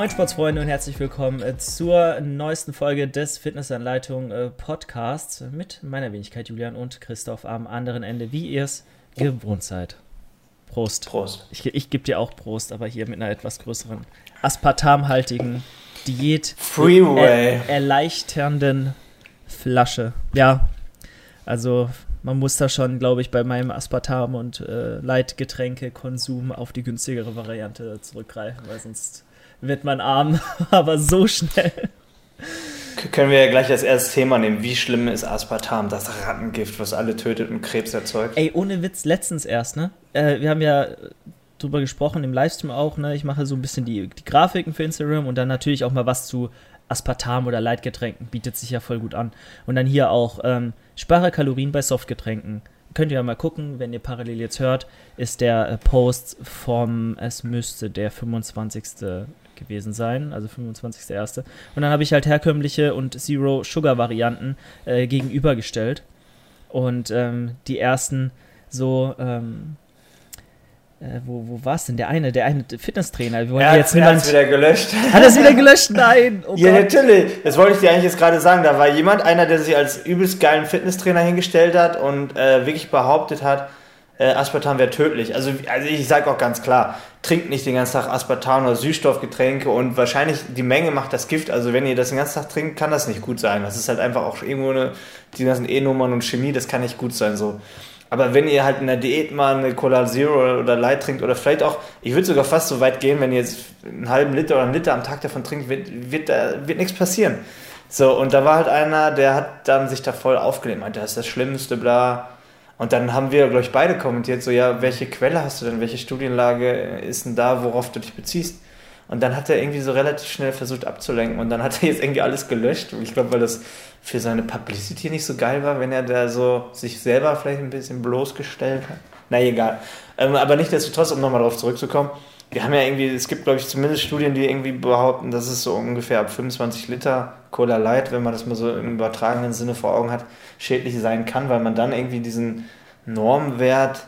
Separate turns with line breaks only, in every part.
Moin Sportsfreunde und herzlich willkommen zur neuesten Folge des Fitnessanleitung Podcasts mit meiner Wenigkeit Julian und Christoph am anderen Ende, wie ihr es gewohnt seid. Prost.
Prost.
Ich gebe dir auch Prost, aber hier mit einer etwas größeren aspartamhaltigen Diät
Freeway
erleichternden Flasche. Ja, also man muss da schon, glaube ich, bei meinem Aspartam- und Leitgetränkekonsum auf die günstigere Variante zurückgreifen, weil sonst wird man arm, aber so schnell.
Können wir ja gleich als erstes Thema nehmen. Wie schlimm ist Aspartam, das Rattengift, was alle tötet und Krebs erzeugt?
Ey, ohne Witz, letztens erst, ne? Wir haben ja drüber gesprochen, im Livestream auch, ne? Ich mache so ein bisschen die Grafiken für Instagram und dann natürlich auch mal was zu Aspartam oder Leitgetränken, bietet sich ja voll gut an. Und dann hier auch spare Kalorien bei Softgetränken. Könnt ihr ja mal gucken, wenn ihr parallel jetzt hört, ist der Post es müsste der 25. gewesen sein, also 25.01. Und dann habe ich halt herkömmliche und Zero-Sugar-Varianten gegenübergestellt. Und die ersten so, wo war es denn? Der eine Fitnesstrainer. Wir wollen
er
jetzt
hat es wieder gelöscht.
Hat er es wieder gelöscht? Nein! Oh
ja,
Gott.
natürlich. Das wollte ich dir eigentlich jetzt gerade sagen. Da war einer, der sich als übelst geilen Fitnesstrainer hingestellt hat und wirklich behauptet hat, Aspartam wäre tödlich. Also ich sage auch ganz klar, trinkt nicht den ganzen Tag Aspartam oder Süßstoffgetränke und wahrscheinlich die Menge macht das Gift. Also wenn ihr das den ganzen Tag trinkt, kann das nicht gut sein. Das ist halt einfach auch irgendwo die ganzen E-Nummern und Chemie, das kann nicht gut sein so. Aber wenn ihr halt in der Diät mal eine Cola Zero oder Light trinkt oder vielleicht auch, ich würde sogar fast so weit gehen, wenn ihr jetzt einen halben Liter oder einen Liter am Tag davon trinkt, wird nichts passieren. So, und da war halt einer, der hat dann sich da voll aufgelehnt, meinte, das ist das Schlimmste, bla. Und dann haben wir, glaube ich, beide kommentiert, so, ja, welche Quelle hast du denn, welche Studienlage ist denn da, worauf du dich beziehst? Und dann hat er irgendwie so relativ schnell versucht abzulenken und dann hat er jetzt irgendwie alles gelöscht. Und ich glaube, weil das für seine Publicity nicht so geil war, wenn er da so sich selber vielleicht ein bisschen bloßgestellt hat. Na egal. Aber nichtsdestotrotz, um nochmal darauf zurückzukommen, wir haben ja irgendwie, es gibt, glaube ich, zumindest Studien, die irgendwie behaupten, dass es so ungefähr ab 25 Liter Cola Light, wenn man das mal so im übertragenen Sinne vor Augen hat, schädlich sein kann, weil man dann irgendwie diesen Normwert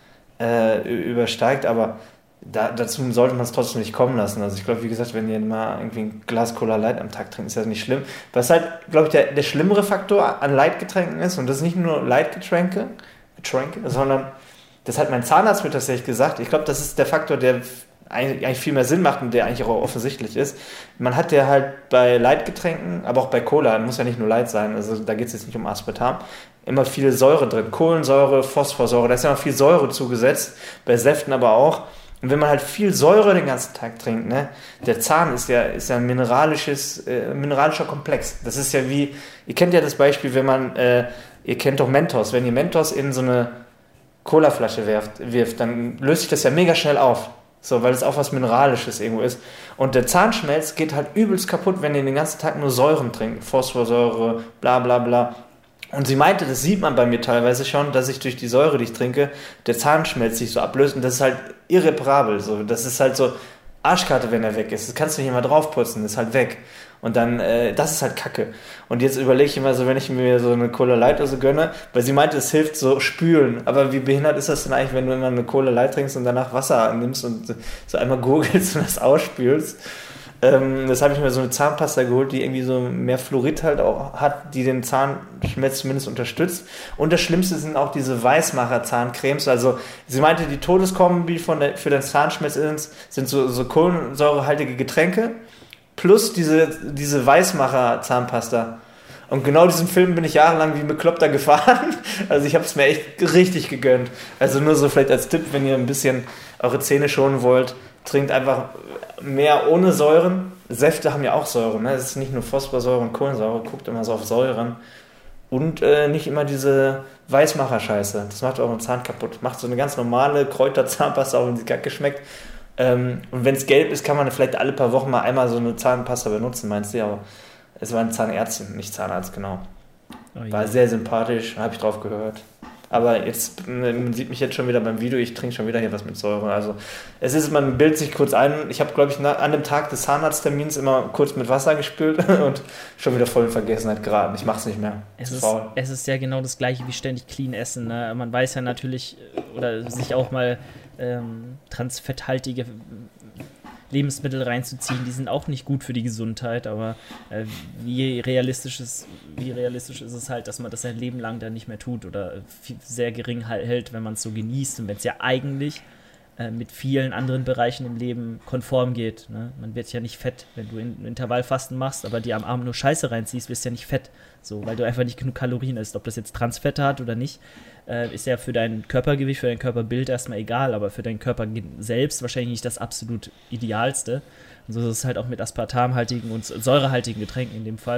übersteigt, aber dazu sollte man es trotzdem nicht kommen lassen. Also ich glaube, wie gesagt, wenn ihr mal irgendwie ein Glas Cola Light am Tag trinkt, ist das nicht schlimm. Was halt, glaube ich, der schlimmere Faktor an Leitgetränken ist, und das ist nicht nur Leitgetränke, sondern das hat mein Zahnarzt mir tatsächlich gesagt. Ich glaube, das ist der Faktor, der eigentlich viel mehr Sinn macht und der eigentlich auch offensichtlich ist. Man hat ja halt bei Leitgetränken, aber auch bei Cola, muss ja nicht nur Light sein, also da geht es jetzt nicht um Aspartam, immer viel Säure drin. Kohlensäure, Phosphorsäure, da ist ja immer viel Säure zugesetzt, bei Säften aber auch. Und wenn man halt viel Säure den ganzen Tag trinkt, ne, der Zahn ist ja ein mineralischer Komplex. Das ist ja wie, ihr kennt ja das Beispiel, wenn man, ihr kennt doch Mentos, wenn ihr Mentos in so eine Colaflasche wirft, dann löst sich das ja mega schnell auf. So, weil es auch was Mineralisches irgendwo ist. Und der Zahnschmelz geht halt übelst kaputt, wenn ihr den ganzen Tag nur Säuren trinkt. Phosphorsäure, bla bla bla. Und sie meinte, das sieht man bei mir teilweise schon, dass ich durch die Säure, die ich trinke, der Zahnschmelz sich so ablöst. Und das ist halt irreparabel. So. Das ist halt so Arschkarte, wenn er weg ist. Das kannst du nicht immer draufputzen, das ist halt weg. Und dann, das ist halt Kacke. Und jetzt überlege ich immer so, wenn ich mir so eine Cola Light oder so gönne, weil sie meinte, es hilft so spülen. Aber wie behindert ist das denn eigentlich, wenn du immer eine Cola Light trinkst und danach Wasser nimmst und so einmal gurgelst und das ausspülst? Das habe ich mir so eine Zahnpasta geholt, die irgendwie so mehr Fluorid halt auch hat, die den Zahnschmelz zumindest unterstützt. Und das Schlimmste sind auch diese Weißmacher-Zahncremes. Also sie meinte, die Todeskombi für den Zahnschmelz sind so kohlensäurehaltige Getränke plus diese Weißmacher-Zahnpasta. Und genau diesen Film bin ich jahrelang wie ein Bekloppter gefahren. Also ich habe es mir echt richtig gegönnt. Also nur so vielleicht als Tipp, wenn ihr ein bisschen eure Zähne schonen wollt, trinkt einfach mehr ohne Säuren. Säfte haben ja auch Säuren, ne? Es ist nicht nur Phosphorsäure und Kohlensäure, guckt immer so auf Säuren. Und nicht immer diese Weißmacher-Scheiße. Das macht euren Zahn kaputt. Macht so eine ganz normale Kräuterzahnpasta, auch wenn sie kacke schmeckt. Und wenn es gelb ist, kann man vielleicht alle paar Wochen mal einmal so eine Zahnpasta benutzen, meinst du? Aber es war eine Zahnärztin, nicht Zahnarzt, genau. Oh, ja. War sehr sympathisch, habe ich drauf gehört. Aber jetzt, man sieht mich jetzt schon wieder beim Video, ich trinke schon wieder hier was mit Säure. Also man bildet sich kurz ein. Ich habe, glaube ich, an dem Tag des Zahnarzttermins immer kurz mit Wasser gespült und schon wieder voll in Vergessenheit geraten. Ich mache es nicht mehr.
Es ist ja genau das Gleiche wie ständig clean essen. Ne? Man weiß ja natürlich, oder sich auch mal transfetthaltige Lebensmittel reinzuziehen, die sind auch nicht gut für die Gesundheit, aber wie realistisch ist es halt, dass man das sein Leben lang dann nicht mehr tut oder sehr gering hält, wenn man es so genießt und wenn es ja eigentlich mit vielen anderen Bereichen im Leben konform geht. Ne? Man wird ja nicht fett, wenn du Intervallfasten machst, aber dir am Abend nur Scheiße reinziehst, wirst du ja nicht fett, so, weil du einfach nicht genug Kalorien isst. Ob das jetzt Transfette hat oder nicht, ist ja für dein Körpergewicht, für dein Körperbild erstmal egal, aber für deinen Körper selbst wahrscheinlich nicht das absolut Idealste. Und so ist es halt auch mit aspartamhaltigen und säurehaltigen Getränken in dem Fall.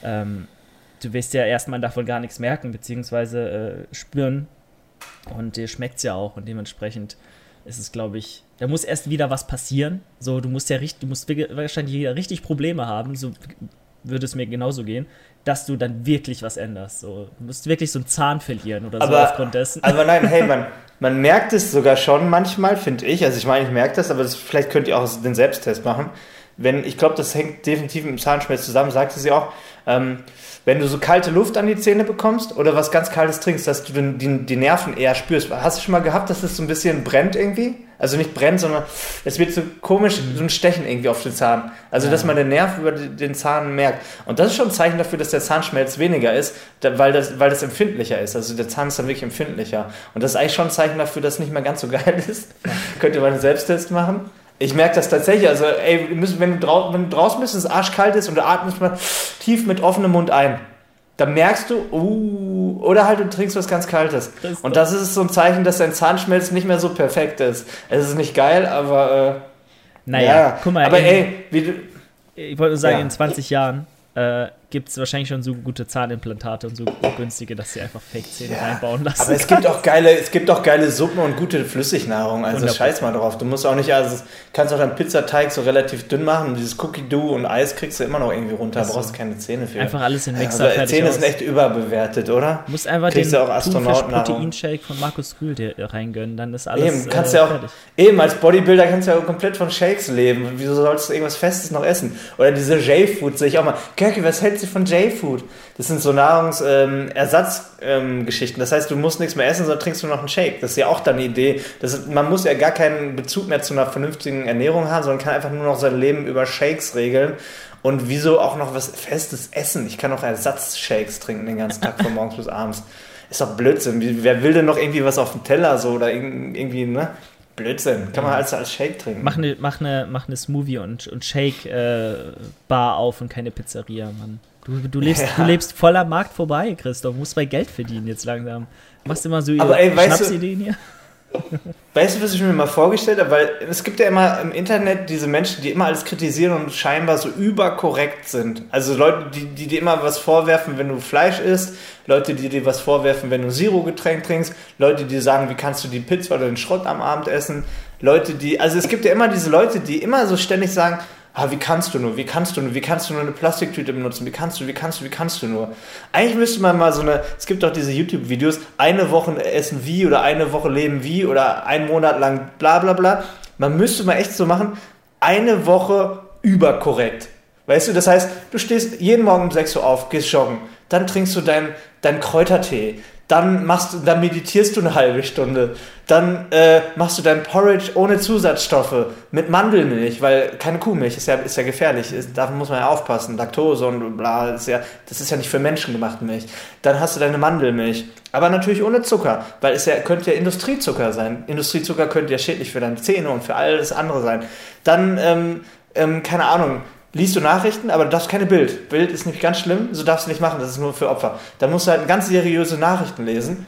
Du wirst ja erstmal davon gar nichts merken, beziehungsweise spüren, und dir schmeckt es ja auch, und dementsprechend ist es, glaube ich, da muss erst wieder was passieren. So, du musst wahrscheinlich wieder richtig Probleme haben, so würde es mir genauso gehen, dass du dann wirklich was änderst. So, du musst wirklich so einen Zahn verlieren oder so aufgrund dessen.
Aber nein, hey, man merkt es sogar schon manchmal, finde ich. Also ich meine, ich merke das, aber vielleicht könnt ihr auch den Selbsttest machen. Ich glaube, das hängt definitiv mit dem Zahnschmelz zusammen, sagte sie auch, wenn du so kalte Luft an die Zähne bekommst oder was ganz Kaltes trinkst, dass du die Nerven eher spürst. Hast du schon mal gehabt, dass es so ein bisschen brennt irgendwie? Also nicht brennt, sondern es wird so komisch, so ein Stechen irgendwie auf den Zahn. Also dass man den Nerv über den Zahn merkt. Und das ist schon ein Zeichen dafür, dass der Zahnschmelz weniger ist, weil das empfindlicher ist. Also der Zahn ist dann wirklich empfindlicher. Und das ist eigentlich schon ein Zeichen dafür, dass es nicht mehr ganz so geil ist. Könnt ihr mal einen Selbsttest machen? Ich merke das tatsächlich, also ey, wenn du draußen bist, es arschkalt ist und du atmest mal tief mit offenem Mund ein, dann merkst du, oder halt du trinkst was ganz Kaltes. Und das ist so ein Zeichen, dass dein Zahnschmelz nicht mehr so perfekt ist. Es ist nicht geil, aber
guck mal,
aber
ich wollte nur sagen, in 20 Jahren gibt es wahrscheinlich schon so gute Zahnimplantate und so günstige, dass sie einfach Fake-Zähne reinbauen lassen.
Aber es gibt auch geile Suppen und gute Flüssignahrung, also 100%. Scheiß mal drauf. Du musst auch nicht, kannst auch deinen Pizzateig so relativ dünn machen und dieses Cookie-Dough und Eis kriegst du immer noch irgendwie runter, brauchst keine Zähne für.
Einfach alles in Mixer fertig.
Zähne sind echt überbewertet, oder?
Du musst einfach
kriegst
den Thunfisch-Protein-Shake von Markus Rühl dir reingönnen, dann ist alles
fertig. Eben, als Bodybuilder kannst du ja auch komplett von Shakes leben. Wieso sollst du irgendwas Festes noch essen? Oder diese J-Food, sehe ich auch mal. Kirki, was hältst du von J-Food? Das sind so Nahrungsersatzgeschichten. Das heißt, du musst nichts mehr essen, sondern trinkst nur noch einen Shake. Das ist ja auch dann eine Idee. Man muss ja gar keinen Bezug mehr zu einer vernünftigen Ernährung haben, sondern kann einfach nur noch sein Leben über Shakes regeln. Und wieso auch noch was Festes essen? Ich kann auch Ersatzshakes trinken den ganzen Tag von morgens bis abends. Ist doch Blödsinn. Wer will denn noch irgendwie was auf dem Teller so oder irgendwie, ne? Blödsinn. Kann man alles als Shake trinken.
Mach eine Smoothie und Shake Bar auf und keine Pizzeria, Mann. Du lebst voller Markt vorbei, Christoph. Du musst bei Geld verdienen jetzt langsam. Machst immer so Schnapsideen hier?
Weißt du, was ich mir mal vorgestellt habe? Weil es gibt ja immer im Internet diese Menschen, die immer alles kritisieren und scheinbar so überkorrekt sind. Also Leute, die dir immer was vorwerfen, wenn du Fleisch isst. Leute, die dir was vorwerfen, wenn du Zero-Getränk trinkst. Leute, die sagen, wie kannst du die Pizza oder den Schrott am Abend essen. Also es gibt ja immer diese Leute, die immer so ständig sagen, wie kannst du nur eine Plastiktüte benutzen, wie kannst du nur. Eigentlich müsste man mal es gibt doch diese YouTube-Videos, eine Woche essen wie oder eine Woche leben wie oder einen Monat lang bla bla bla. Man müsste mal echt so machen, eine Woche überkorrekt. Weißt du, das heißt, du stehst jeden Morgen um 6 Uhr auf, gehst joggen, dann trinkst du deinen Kräutertee, dann meditierst du eine halbe Stunde, dann machst du dein Porridge ohne Zusatzstoffe mit Mandelmilch, weil keine Kuhmilch ist ja gefährlich, davon muss man ja aufpassen, Laktose und bla, das ist ja nicht für Menschen gemachte Milch. Dann hast du deine Mandelmilch, aber natürlich ohne Zucker, weil könnte ja Industriezucker sein. Industriezucker könnte ja schädlich für deine Zähne und für alles andere sein. Dann, keine Ahnung, liest du Nachrichten, aber du darfst keine Bild. Bild ist nämlich ganz schlimm, so darfst du nicht machen, das ist nur für Opfer. Dann musst du halt ganz seriöse Nachrichten lesen.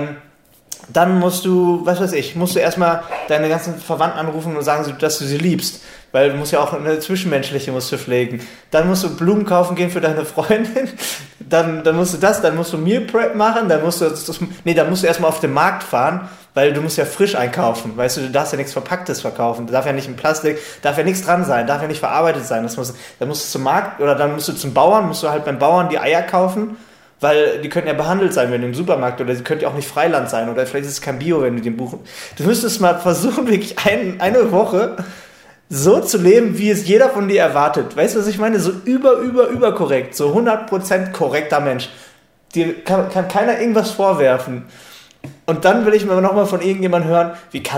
Dann musst du erstmal deine ganzen Verwandten anrufen und sagen, dass du sie liebst. Weil du musst ja auch eine zwischenmenschliche pflegen. Dann musst du Blumen kaufen gehen für deine Freundin. Dann musst du Meal Prep machen. Dann musst du erstmal auf den Markt fahren, weil du musst ja frisch einkaufen. Weißt du darfst ja nichts Verpacktes verkaufen. Da darf ja nicht in Plastik, darf ja nichts dran sein, darf ja nicht verarbeitet sein. Dann musst du zum Markt oder dann musst du zum Bauern, musst du halt beim Bauern die Eier kaufen, weil die könnten ja behandelt sein, wenn du im Supermarkt, oder sie könnten ja auch nicht Freiland sein, oder vielleicht ist es kein Bio, wenn du den buchen. Du müsstest mal versuchen, wirklich eine Woche so zu leben, wie es jeder von dir erwartet. Weißt du, was ich meine? So überkorrekt, so 100% korrekter Mensch. Dir kann keiner irgendwas vorwerfen. Und dann will ich mir nochmal von irgendjemandem hören,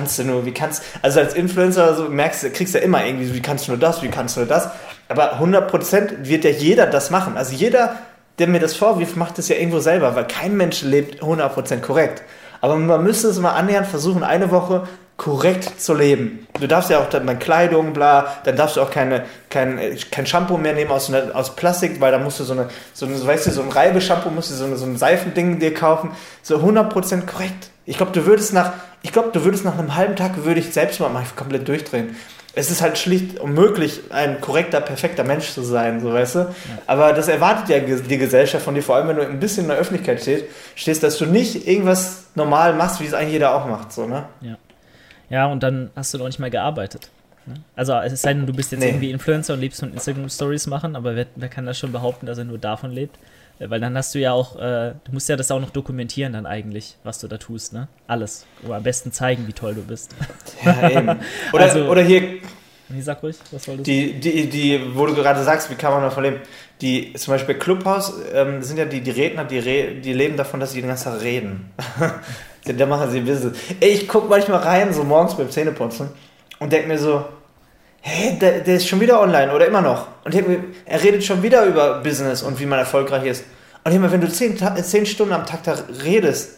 also als Influencer so kriegst du ja immer irgendwie so, wie kannst du nur das, aber 100% wird ja jeder das machen. Also jeder, der mir das vorwirft, macht das ja irgendwo selber, weil kein Mensch lebt 100% korrekt. Aber man müsste es mal annähernd versuchen, eine Woche korrekt zu leben. Du darfst ja auch dann Kleidung, bla, dann darfst du auch kein Shampoo mehr nehmen aus Plastik, weil da musst du so ein Reibeshampoo, musst du so ein Seifending dir kaufen. So 100% korrekt. Ich glaube, du würdest nach einem halben Tag, würde ich selbst mal komplett durchdrehen. Es ist halt schlicht unmöglich, ein korrekter, perfekter Mensch zu sein, so, weißt du? Ja. Aber das erwartet ja die Gesellschaft von dir, vor allem wenn du ein bisschen in der Öffentlichkeit stehst, dass du nicht irgendwas normal machst, wie es eigentlich jeder auch macht, so, ne?
Ja. Ja, und dann hast du noch nicht mal gearbeitet. Ne? Also es sei denn, du bist jetzt irgendwie Influencer und lebst von Instagram-Stories machen, aber wer kann das schon behaupten, dass er nur davon lebt? Weil dann hast du ja auch, du musst ja das auch noch dokumentieren dann eigentlich, was du da tust, ne? Alles. Oder am besten zeigen, wie toll du bist.
Ja, eben. Oder hier...
Nee, sag ruhig, was wolltest
du? Die, wo du gerade sagst, wie kann man davon leben? Die, zum Beispiel Clubhouse, sind ja die Redner, die leben davon, dass sie den ganzen Tag reden. Da machen sie Business. Ich gucke manchmal rein, so morgens beim Zähneputzen und denke mir so, hey, der ist schon wieder online oder immer noch. Und er redet schon wieder über Business und wie man erfolgreich ist. Und ich meine, wenn du 10 Stunden am Tag da redest,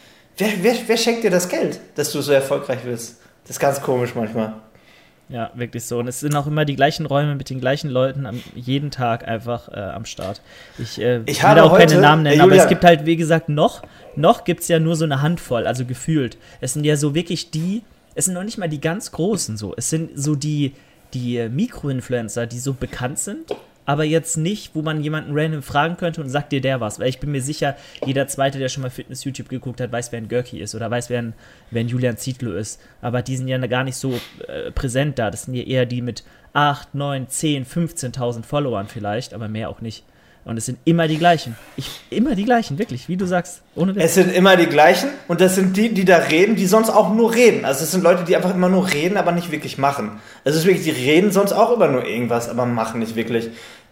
wer schenkt dir das Geld, dass du so erfolgreich wirst? Das ist ganz komisch manchmal.
Ja, wirklich so. Und es sind auch immer die gleichen Räume mit den gleichen Leuten jeden Tag einfach am Start. Ich will da auch keine Namen nennen, aber es gibt halt, wie gesagt, noch gibt es ja nur so eine Handvoll, also gefühlt. Es sind ja so wirklich es sind noch nicht mal die ganz Großen so. Es sind so die Mikroinfluencer, die so bekannt sind, aber jetzt nicht, wo man jemanden random fragen könnte und sagt dir der was. Weil ich bin mir sicher, jeder Zweite, der schon mal Fitness-YouTube geguckt hat, weiß, wer ein Görki ist oder weiß, wer ein Julian Zietlow ist. Aber die sind ja gar nicht so präsent da. Das sind ja eher die mit 8, 9, 10, 15.000 Followern vielleicht, aber mehr auch nicht. Und es sind immer die gleichen. Immer die gleichen, wirklich, wie du sagst. Ohne Witz.
Es sind immer die gleichen und das sind die da reden, die sonst auch nur reden. Also es sind Leute, die einfach immer nur reden, aber nicht wirklich machen. Also es ist wirklich, die reden sonst auch immer nur irgendwas, aber machen nicht wirklich.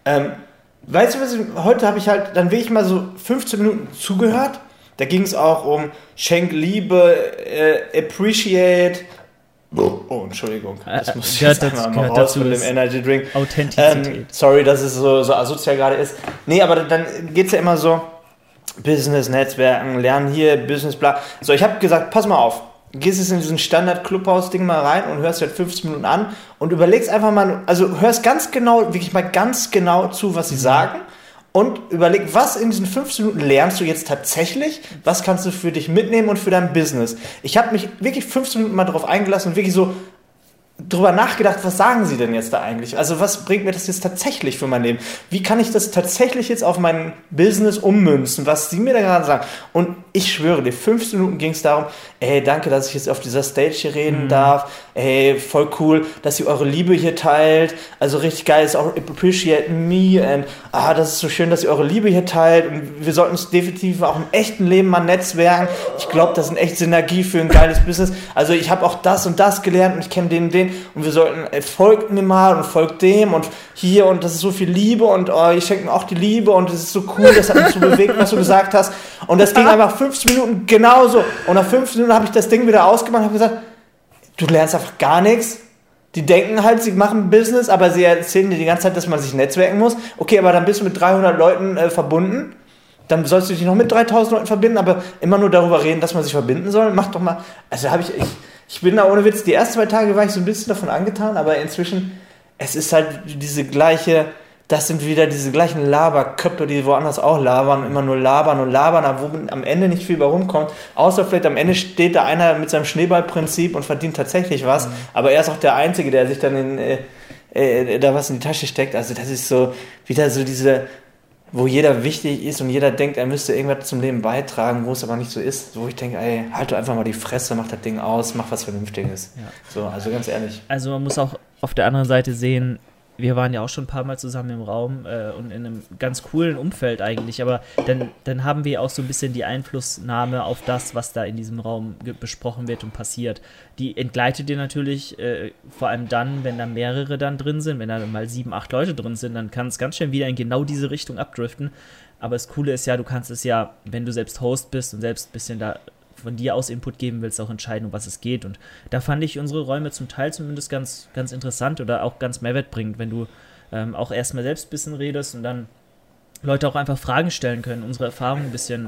Weißt du was, heute habe ich halt dann wirklich mal so 15 Minuten zugehört. Da ging es auch um Schenk Liebe, Appreciate. Oh, Entschuldigung. Das muss ich jetzt einmal raus von dem Energy Drink.
Authentizität.
Sorry, dass es so asozial gerade ist. Nee, aber dann geht es ja immer so, Business, Netzwerken, lernen hier, Business, bla. So, ich habe gesagt, pass mal auf. Gehst jetzt in diesen Standard-Clubhouse-Ding mal rein und hörst dir halt 15 Minuten an und überlegst einfach mal, also hörst ganz genau, wirklich mal ganz genau zu, was sie sagen. Und überleg, was in diesen 15 Minuten lernst du jetzt tatsächlich, was kannst du für dich mitnehmen und für dein Business. Ich habe mich wirklich 15 Minuten mal darauf eingelassen und wirklich so drüber nachgedacht, was sagen sie denn jetzt da eigentlich? Also was bringt mir das jetzt tatsächlich für mein Leben? Wie kann ich das tatsächlich jetzt auf mein Business ummünzen, was sie mir da gerade sagen? Und ich schwöre dir, 15 Minuten ging es darum, ey, danke, dass ich jetzt auf dieser Stage hier reden darf, ey, voll cool, dass ihr eure Liebe hier teilt, also richtig geil, ist auch appreciate me and das ist so schön, dass ihr eure Liebe hier teilt und wir sollten uns definitiv auch im echten Leben mal netzwerken. Ich glaube, das ist eine echt Synergie für ein geiles Business. Also ich habe auch das und das gelernt und ich kenne den und wir sollten, folgt mir mal und folgt dem und hier und das ist so viel Liebe und ich schenke mir auch die Liebe und das ist so cool, das hat mich so bewegt, was du gesagt hast. Und das ging einfach 15 Minuten genauso. Und nach 15 Minuten habe ich das Ding wieder ausgemacht und habe gesagt, du lernst einfach gar nichts. Die denken halt, sie machen Business, aber sie erzählen dir die ganze Zeit, dass man sich netzwerken muss. Okay, aber dann bist du mit 300 Leuten verbunden. Dann sollst du dich noch mit 3000 Leuten verbinden, aber immer nur darüber reden, dass man sich verbinden soll. Mach doch mal. Also ich bin da ohne Witz, die ersten 2 Tage war ich so ein bisschen davon angetan, aber inzwischen, es ist halt das sind wieder diese gleichen Laberköpfe, die woanders auch labern, immer nur labern, aber wo am Ende nicht viel bei rumkommt. Außer vielleicht am Ende steht da einer mit seinem Schneeballprinzip und verdient tatsächlich was, aber er ist auch der Einzige, der sich dann da was in die Tasche steckt. Also das ist so wieder so diese, wo jeder wichtig ist und jeder denkt, er müsste irgendwas zum Leben beitragen, wo es aber nicht so ist. Wo ich denke, ey, halt doch einfach mal die Fresse, mach das Ding aus, mach was Vernünftiges. Ja. So, also ganz ehrlich.
Also man muss auch auf der anderen Seite sehen, wir waren ja auch schon ein paar Mal zusammen im Raum und in einem ganz coolen Umfeld eigentlich, aber dann haben wir auch so ein bisschen die Einflussnahme auf das, was da in diesem Raum besprochen wird und passiert. Die entgleitet dir natürlich, vor allem dann, wenn da mehrere dann drin sind, wenn da mal 7, 8 Leute drin sind, dann kann es ganz schnell wieder in genau diese Richtung abdriften. Aber das Coole ist ja, du kannst es ja, wenn du selbst Host bist und selbst ein bisschen da von dir aus Input geben willst, auch entscheiden, um was es geht. Und da fand ich unsere Räume zum Teil zumindest ganz, ganz interessant oder auch ganz mehrwertbringend, wenn du auch erstmal selbst ein bisschen redest und dann Leute auch einfach Fragen stellen können, unsere Erfahrungen ein bisschen,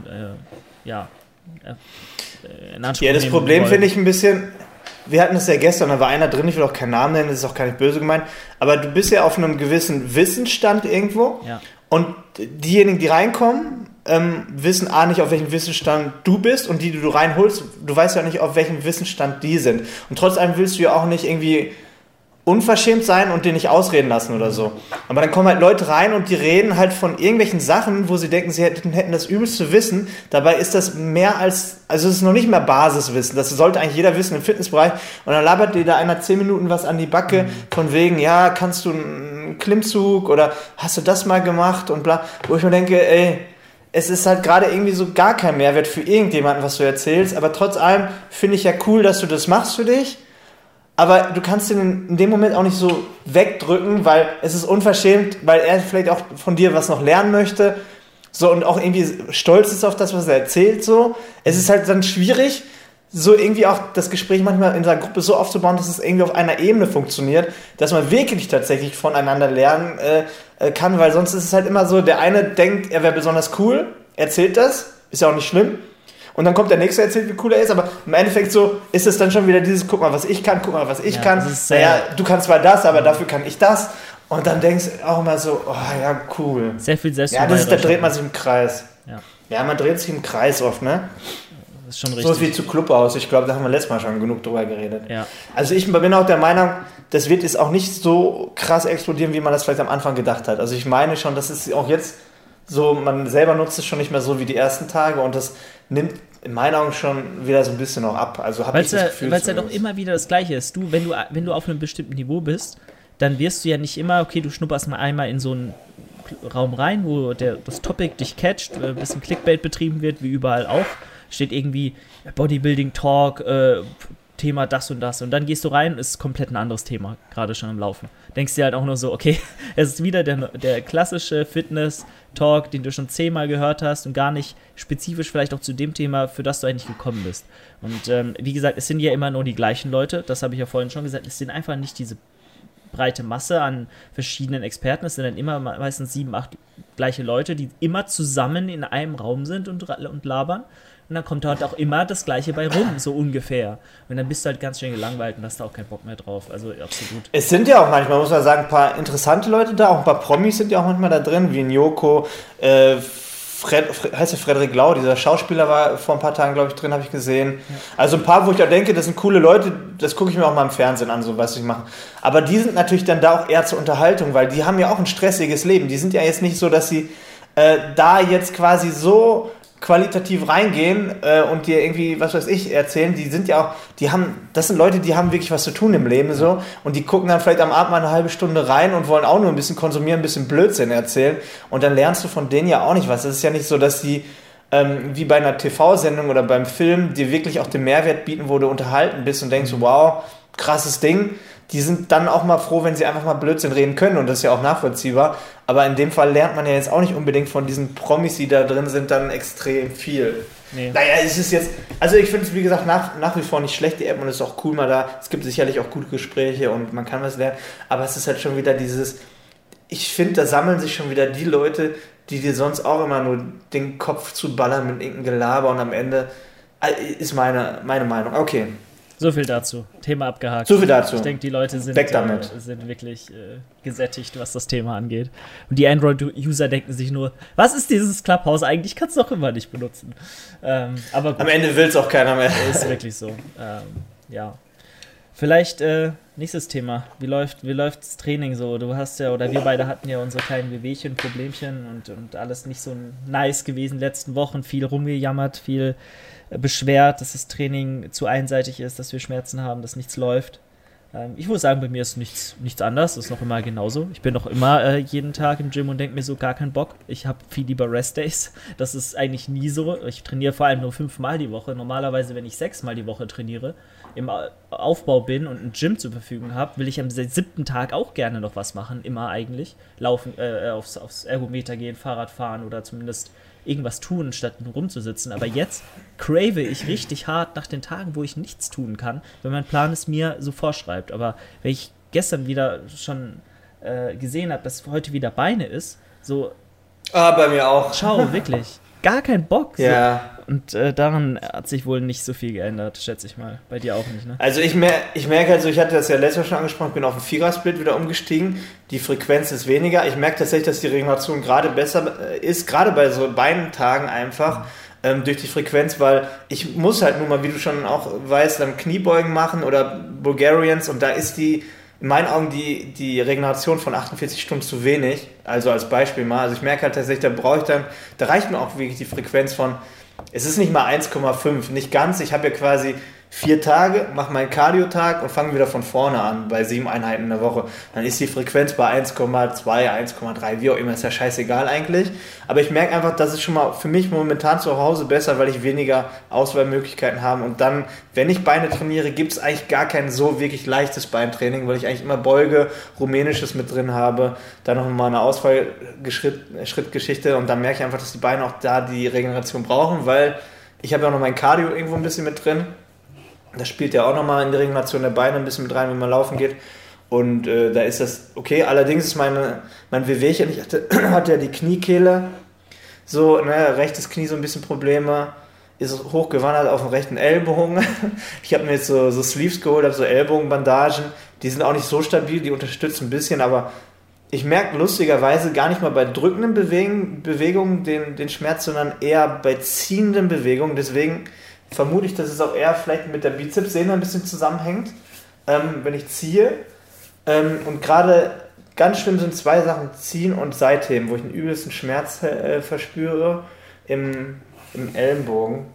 in Anspruch nehmen.
Das Problem finde ich ein bisschen, wir hatten es ja gestern, da war einer drin, ich will auch keinen Namen nennen, das ist auch gar nicht böse gemeint, aber du bist ja auf einem gewissen Wissensstand irgendwo und diejenigen, die reinkommen, wissen nicht, auf welchem Wissensstand du bist und die du reinholst, du weißt ja nicht, auf welchem Wissensstand die sind. Und trotzdem willst du ja auch nicht irgendwie unverschämt sein und den nicht ausreden lassen oder so. Aber dann kommen halt Leute rein und die reden halt von irgendwelchen Sachen, wo sie denken, sie hätten das übelste Wissen. Dabei ist das mehr als, also es ist noch nicht mehr Basiswissen. Das sollte eigentlich jeder wissen im Fitnessbereich. Und dann labert dir da einer 10 Minuten was an die Backe von wegen, ja, kannst du einen Klimmzug oder hast du das mal gemacht und bla. Wo ich mir denke, ey, es ist halt gerade irgendwie so gar kein Mehrwert für irgendjemanden, was du erzählst. Aber trotz allem finde ich ja cool, dass du das machst für dich. Aber du kannst ihn in dem Moment auch nicht so wegdrücken, weil es ist unverschämt, weil er vielleicht auch von dir was noch lernen möchte, so, und auch irgendwie stolz ist auf das, was er erzählt, so. Es ist halt dann schwierig, so irgendwie auch das Gespräch manchmal in seiner Gruppe so aufzubauen, dass es irgendwie auf einer Ebene funktioniert, dass man wirklich tatsächlich voneinander lernen kann, weil sonst ist es halt immer so, der eine denkt, er wäre besonders cool, erzählt das, ist ja auch nicht schlimm. Und dann kommt der Nächste, erzählt, wie cool er ist, aber im Endeffekt so ist es dann schon wieder dieses, guck mal, was ich kann, guck mal, was ich kann. Naja, du kannst zwar das, aber dafür kann ich das. Und dann denkst du auch immer so, oh ja, cool.
Sehr viel Selbstvertrauen.
Ja, da dreht man sich im Kreis. Ja, man dreht sich im Kreis oft, ne?
Das ist schon richtig.
So wie zu Clubhaus. Ich glaube, da haben wir letztes Mal schon genug drüber geredet.
Ja.
Also ich bin auch der Meinung, das wird jetzt auch nicht so krass explodieren, wie man das vielleicht am Anfang gedacht hat. Also ich meine schon, das ist auch jetzt so, man selber nutzt es schon nicht mehr so wie die ersten Tage und das nimmt in meinen Augen schon wieder so ein bisschen noch ab. Also habe ich das Gefühl,
weil es ja doch immer wieder das Gleiche ist. Du, wenn du auf einem bestimmten Niveau bist, dann wirst du ja nicht immer, okay, du schnupperst mal einmal in so einen Raum rein, wo das Topic dich catcht, ein bisschen Clickbait betrieben wird, wie überall auch. Steht irgendwie Bodybuilding Talk, Thema das und das. Und dann gehst du rein, ist komplett ein anderes Thema, gerade schon im Laufen. Denkst dir halt auch nur so, okay, es ist wieder der klassische Fitness-Talk, den du schon 10-mal gehört hast und gar nicht spezifisch vielleicht auch zu dem Thema, für das du eigentlich gekommen bist. Und wie gesagt, es sind ja immer nur die gleichen Leute, das habe ich ja vorhin schon gesagt, es sind einfach nicht diese breite Masse an verschiedenen Experten, es sind dann immer meistens 7, 8 gleiche Leute, die immer zusammen in einem Raum sind und labern. Und dann kommt halt auch immer das Gleiche bei rum, so ungefähr. Und dann bist du halt ganz schön gelangweilt und hast da auch keinen Bock mehr drauf. Also absolut.
Es sind ja auch manchmal, muss man sagen, ein paar interessante Leute da, auch ein paar Promis sind ja auch manchmal da drin, wie Njoko, heißt der Frederik Lau, dieser Schauspieler war vor ein paar Tagen, glaube ich, drin, habe ich gesehen. Ja. Also ein paar, wo ich auch denke, das sind coole Leute, das gucke ich mir auch mal im Fernsehen an, so was ich mache. Aber die sind natürlich dann da auch eher zur Unterhaltung, weil die haben ja auch ein stressiges Leben. Die sind ja jetzt nicht so, dass sie da jetzt quasi so qualitativ reingehen und dir irgendwie, was weiß ich, erzählen, die sind ja auch, das sind Leute, die haben wirklich was zu tun im Leben so und die gucken dann vielleicht am Abend mal eine halbe Stunde rein und wollen auch nur ein bisschen konsumieren, ein bisschen Blödsinn erzählen und dann lernst du von denen ja auch nicht was. Es ist ja nicht so, dass die wie bei einer TV-Sendung oder beim Film dir wirklich auch den Mehrwert bieten, wo du unterhalten bist und denkst, wow, krasses Ding. Die sind dann auch mal froh, wenn sie einfach mal Blödsinn reden können und das ist ja auch nachvollziehbar. Aber in dem Fall lernt man ja jetzt auch nicht unbedingt von diesen Promis, die da drin sind, dann extrem viel. Nee. Naja, es ist jetzt, also ich finde es wie gesagt nach wie vor nicht schlecht, die App, und es ist auch cool mal da. Es gibt sicherlich auch gute Gespräche und man kann was lernen, aber es ist halt schon wieder dieses, ich finde, da sammeln sich schon wieder die Leute, die dir sonst auch immer nur den Kopf zu ballern mit irgendeinem Gelaber und am Ende ist meine Meinung. Okay.
So viel dazu. Thema abgehakt.
So viel dazu.
Ich denke, die Leute sind wirklich gesättigt, was das Thema angeht. Und die Android-User denken sich nur, was ist dieses Clubhouse eigentlich? Kannst du doch immer nicht benutzen. Aber gut,
am Ende will es auch keiner mehr.
Ist wirklich so. Ja. Vielleicht nächstes Thema. Wie läuft's Training so? Du hast ja, oder wir beide hatten ja unsere kleinen Wehwehchen, Problemchen und alles nicht so nice gewesen letzten Wochen. Viel rumgejammert, viel beschwert, dass das Training zu einseitig ist, dass wir Schmerzen haben, dass nichts läuft. Ich muss sagen, bei mir ist nichts anders, ist noch immer genauso. Ich bin noch immer jeden Tag im Gym und denke mir so, gar keinen Bock. Ich habe viel lieber Rest-Days. Das ist eigentlich nie so. Ich trainiere vor allem nur 5-mal die Woche. Normalerweise, wenn ich 6-mal die Woche trainiere, im Aufbau bin und ein Gym zur Verfügung habe, will ich am 7. Tag auch gerne noch was machen, immer eigentlich. Laufen, aufs Ergometer gehen, Fahrrad fahren oder zumindest irgendwas tun, statt nur rumzusitzen. Aber jetzt crave ich richtig hart nach den Tagen, wo ich nichts tun kann, wenn mein Plan es mir so vorschreibt. Aber wenn ich gestern wieder schon gesehen habe, dass heute wieder Beine ist, so...
Bei mir auch.
Ciao, wirklich. Gar kein Bock. So.
Ja.
Und daran hat sich wohl nicht so viel geändert, schätze ich mal. Bei dir auch nicht, ne?
Also ich merke halt so, ich hatte das ja letztes Mal schon angesprochen, ich bin auf den Vierer-Split wieder umgestiegen. Die Frequenz ist weniger. Ich merke tatsächlich, dass die Regeneration gerade besser ist, gerade bei so Beintagen einfach, durch die Frequenz, weil ich muss halt nun mal, wie du schon auch weißt, dann Kniebeugen machen oder Bulgarians und da ist in meinen Augen die Regeneration von 48 Stunden zu wenig. Also als Beispiel mal. Also ich merke halt tatsächlich, da reicht mir auch wirklich die Frequenz von, es ist nicht mal 1,5, nicht ganz. Ich habe ja quasi 4 Tage, mache meinen Cardio-Tag und fange wieder von vorne an bei 7 Einheiten in der Woche. Dann ist die Frequenz bei 1,2, 1,3, wie auch immer, ist ja scheißegal eigentlich. Aber ich merke einfach, das ist schon mal für mich momentan zu Hause besser, weil ich weniger Auswahlmöglichkeiten habe. Und dann, wenn ich Beine trainiere, gibt es eigentlich gar kein so wirklich leichtes Beintraining, weil ich eigentlich immer Beuge, Rumänisches mit drin habe, dann noch mal eine Ausfallschrittgeschichte und dann merke ich einfach, dass die Beine auch da die Regeneration brauchen, weil ich habe ja auch noch mein Cardio irgendwo ein bisschen mit drin. Das spielt ja auch nochmal in die Regeneration der Beine ein bisschen mit rein, wenn man laufen geht. Und da ist das okay. Allerdings ist mein Wehwehchen, ich hatte ja die Kniekehle, so, ne, rechtes Knie so ein bisschen Probleme, ist hochgewandert auf den rechten Ellbogen. Ich habe mir jetzt so Sleeves geholt, habe so Ellbogenbandagen. Die sind auch nicht so stabil, die unterstützen ein bisschen, aber ich merke lustigerweise gar nicht mal bei drückenden Bewegungen den Schmerz, sondern eher bei ziehenden Bewegungen. Deswegen vermute ich, dass es auch eher vielleicht mit der Bizepssehne ein bisschen zusammenhängt, wenn ich ziehe. Und gerade ganz schlimm sind 2 Sachen, Ziehen und Seitheben, wo ich einen übelsten Schmerz verspüre im Ellenbogen.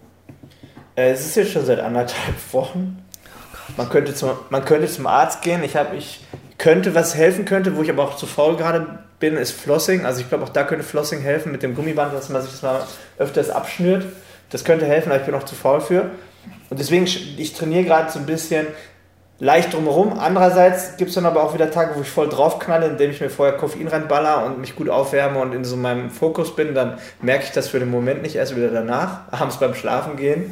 Es ist jetzt schon seit 1,5 Wochen. Man könnte zum Arzt gehen. Ich könnte, was helfen könnte, wo ich aber auch zu faul gerade bin, ist Flossing. Also ich glaube, auch da könnte Flossing helfen mit dem Gummiband, dass man sich das mal öfters abschnürt. Das könnte helfen, aber ich bin auch zu faul für. Und deswegen, ich trainiere gerade so ein bisschen leicht drumherum. Andererseits gibt es dann aber auch wieder Tage, wo ich voll draufknalle, indem ich mir vorher Koffein reinballer und mich gut aufwärme und in so meinem Fokus bin. Dann merke ich das für den Moment nicht, erst wieder danach, abends beim Schlafen gehen.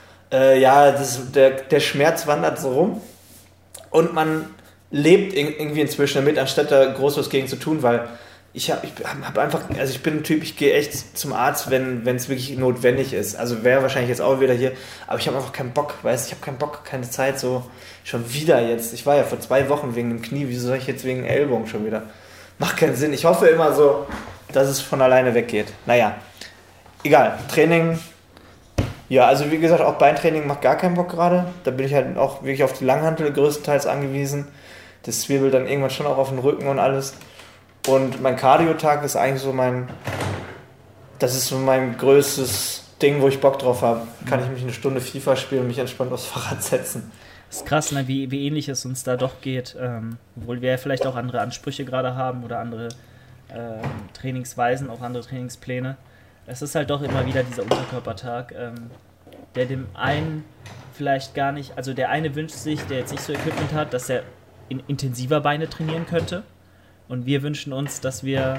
Der Schmerz wandert so rum. Und man lebt irgendwie inzwischen damit, anstatt da groß was gegen zu tun, weil ich hab einfach, also ich bin ein Typ, ich gehe echt zum Arzt, wenn es wirklich notwendig ist. Also wäre wahrscheinlich jetzt auch wieder hier, aber ich habe einfach keinen Bock, ich habe keinen Bock, keine Zeit, so schon wieder jetzt. Ich war ja vor 2 Wochen wegen dem Knie, wieso soll ich jetzt wegen Ellbogen schon wieder? Macht keinen Sinn. Ich hoffe immer so, dass es von alleine weggeht. Naja, egal. Training, ja, also wie gesagt, auch Beintraining macht gar keinen Bock gerade. Da bin ich halt auch wirklich auf die Langhantel größtenteils angewiesen. Das zwirbelt dann irgendwann schon auch auf den Rücken und alles. Und mein Cardio-Tag ist eigentlich so mein größtes Ding, wo ich Bock drauf habe. Kann ich mich eine Stunde FIFA spielen und mich entspannt aufs Fahrrad setzen.
Das ist krass, ne? wie ähnlich es uns da doch geht. Obwohl wir ja vielleicht auch andere Ansprüche gerade haben oder andere Trainingsweisen, auch andere Trainingspläne. Es ist halt doch immer wieder dieser Unterkörpertag, der dem einen vielleicht gar nicht, also der eine wünscht sich, der jetzt nicht so Equipment hat, dass er intensiver Beine trainieren könnte. Und wir wünschen uns, dass wir,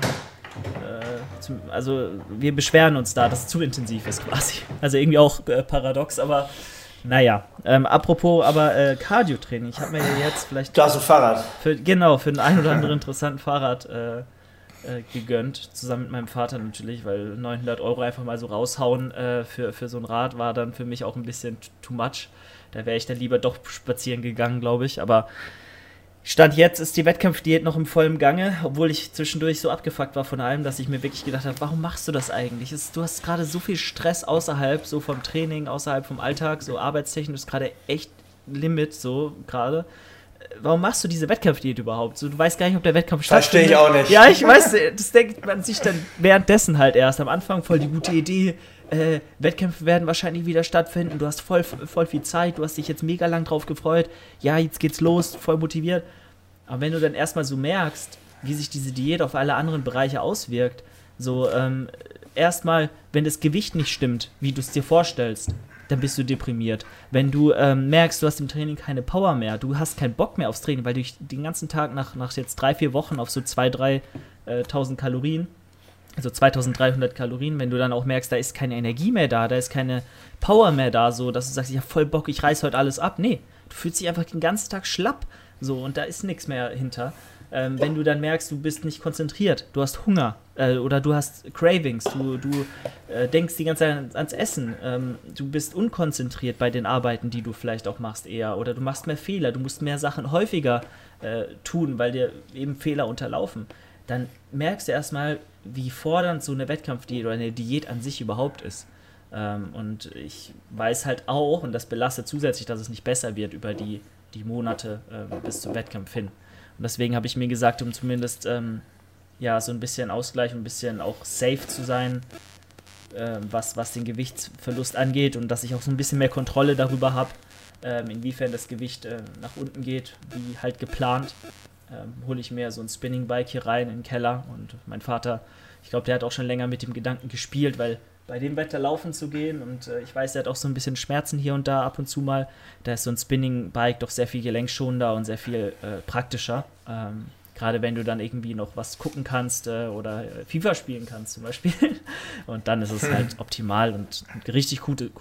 wir beschweren uns da, dass es zu intensiv ist quasi. Also irgendwie auch paradox, aber naja. Apropos aber Cardio-Training. Ich habe mir jetzt vielleicht...
Du hast ein Fahrrad.
Für den einen oder anderen interessanten Fahrrad gegönnt. Zusammen mit meinem Vater natürlich, weil 900 € einfach mal so raushauen für so ein Rad war dann für mich auch ein bisschen too much. Da wäre ich dann lieber doch spazieren gegangen, glaube ich. Aber... Stand jetzt ist die Wettkampfdiät noch im vollen Gange, obwohl ich zwischendurch so abgefuckt war von allem, dass ich mir wirklich gedacht habe, warum machst du das eigentlich? Du hast gerade so viel Stress außerhalb, so vom Training, außerhalb vom Alltag, so arbeitstechnisch ist gerade echt Limit, so gerade. Warum machst du diese Wettkampfdiät überhaupt? So, du weißt gar nicht, ob der Wettkampf stattfindet.
Verstehe ich auch nicht.
Ja, ich weiß, das denkt man sich dann währenddessen halt erst. Am Anfang voll die gute Idee. Wettkämpfe werden wahrscheinlich wieder stattfinden. Du hast voll viel Zeit. Du hast dich jetzt mega lang drauf gefreut. Ja, jetzt geht's los, voll motiviert. Aber wenn du dann erstmal so merkst, wie sich diese Diät auf alle anderen Bereiche auswirkt, so erstmal, wenn das Gewicht nicht stimmt, wie du es dir vorstellst, dann bist du deprimiert. Wenn du merkst, du hast im Training keine Power mehr, du hast keinen Bock mehr aufs Training, weil du den ganzen Tag nach jetzt 3-4 Wochen auf so 2.000, 3.000 Kalorien Also 2300 Kalorien, wenn du dann auch merkst, da ist keine Energie mehr da ist keine Power mehr da, so, dass du sagst, ich hab voll Bock, ich reiß heute alles ab. Nee, du fühlst dich einfach den ganzen Tag schlapp, so, und da ist nichts mehr hinter. Wenn du dann merkst, du bist nicht konzentriert, du hast Hunger oder du hast Cravings, du denkst die ganze Zeit ans Essen, du bist unkonzentriert bei den Arbeiten, die du vielleicht auch machst eher, oder du machst mehr Fehler, du musst mehr Sachen häufiger tun, weil dir eben Fehler unterlaufen, dann merkst du erstmal, wie fordernd so eine Wettkampfdiät oder eine Diät an sich überhaupt ist. Und ich weiß halt auch, und das belastet zusätzlich, dass es nicht besser wird über die Monate bis zum Wettkampf hin. Und deswegen habe ich mir gesagt, um zumindest so ein bisschen Ausgleich und ein bisschen auch safe zu sein, was den Gewichtsverlust angeht und dass ich auch so ein bisschen mehr Kontrolle darüber habe, inwiefern das Gewicht nach unten geht, wie halt geplant, hole ich mir so ein Spinning-Bike hier rein in den Keller. Und mein Vater, ich glaube, der hat auch schon länger mit dem Gedanken gespielt, weil bei dem Wetter laufen zu gehen und ich weiß, er hat auch so ein bisschen Schmerzen hier und da ab und zu mal. Da ist so ein Spinning-Bike doch sehr viel gelenkschonender und sehr viel praktischer. Gerade wenn du dann irgendwie noch was gucken kannst oder FIFA spielen kannst zum Beispiel. Und dann ist es halt optimal und ein richtig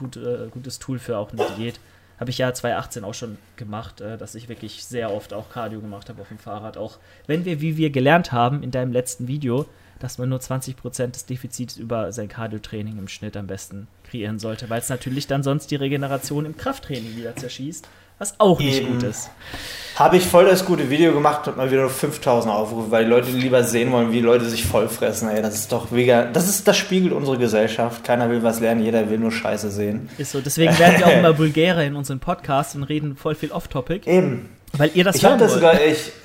gutes Tool für auch eine Diät. Habe ich ja 2018 auch schon gemacht, dass ich wirklich sehr oft auch Cardio gemacht habe auf dem Fahrrad. Auch wenn wie wir gelernt haben in deinem letzten Video, dass man nur 20% des Defizits über sein Cardio-Training im Schnitt am besten kreieren sollte, weil es natürlich dann sonst die Regeneration im Krafttraining wieder zerschießt, was auch nicht gut ist.
Habe ich voll das gute Video gemacht und mal wieder nur 5000 Aufrufe, weil die Leute lieber sehen wollen, wie Leute sich vollfressen. Ey, das ist doch mega, das spiegelt unsere Gesellschaft. Keiner will was lernen, jeder will nur Scheiße sehen.
Ist so, deswegen werden wir auch immer vulgärer in unseren Podcasts und reden voll viel Off-Topic.
Eben.
Weil ihr das
hören wollt.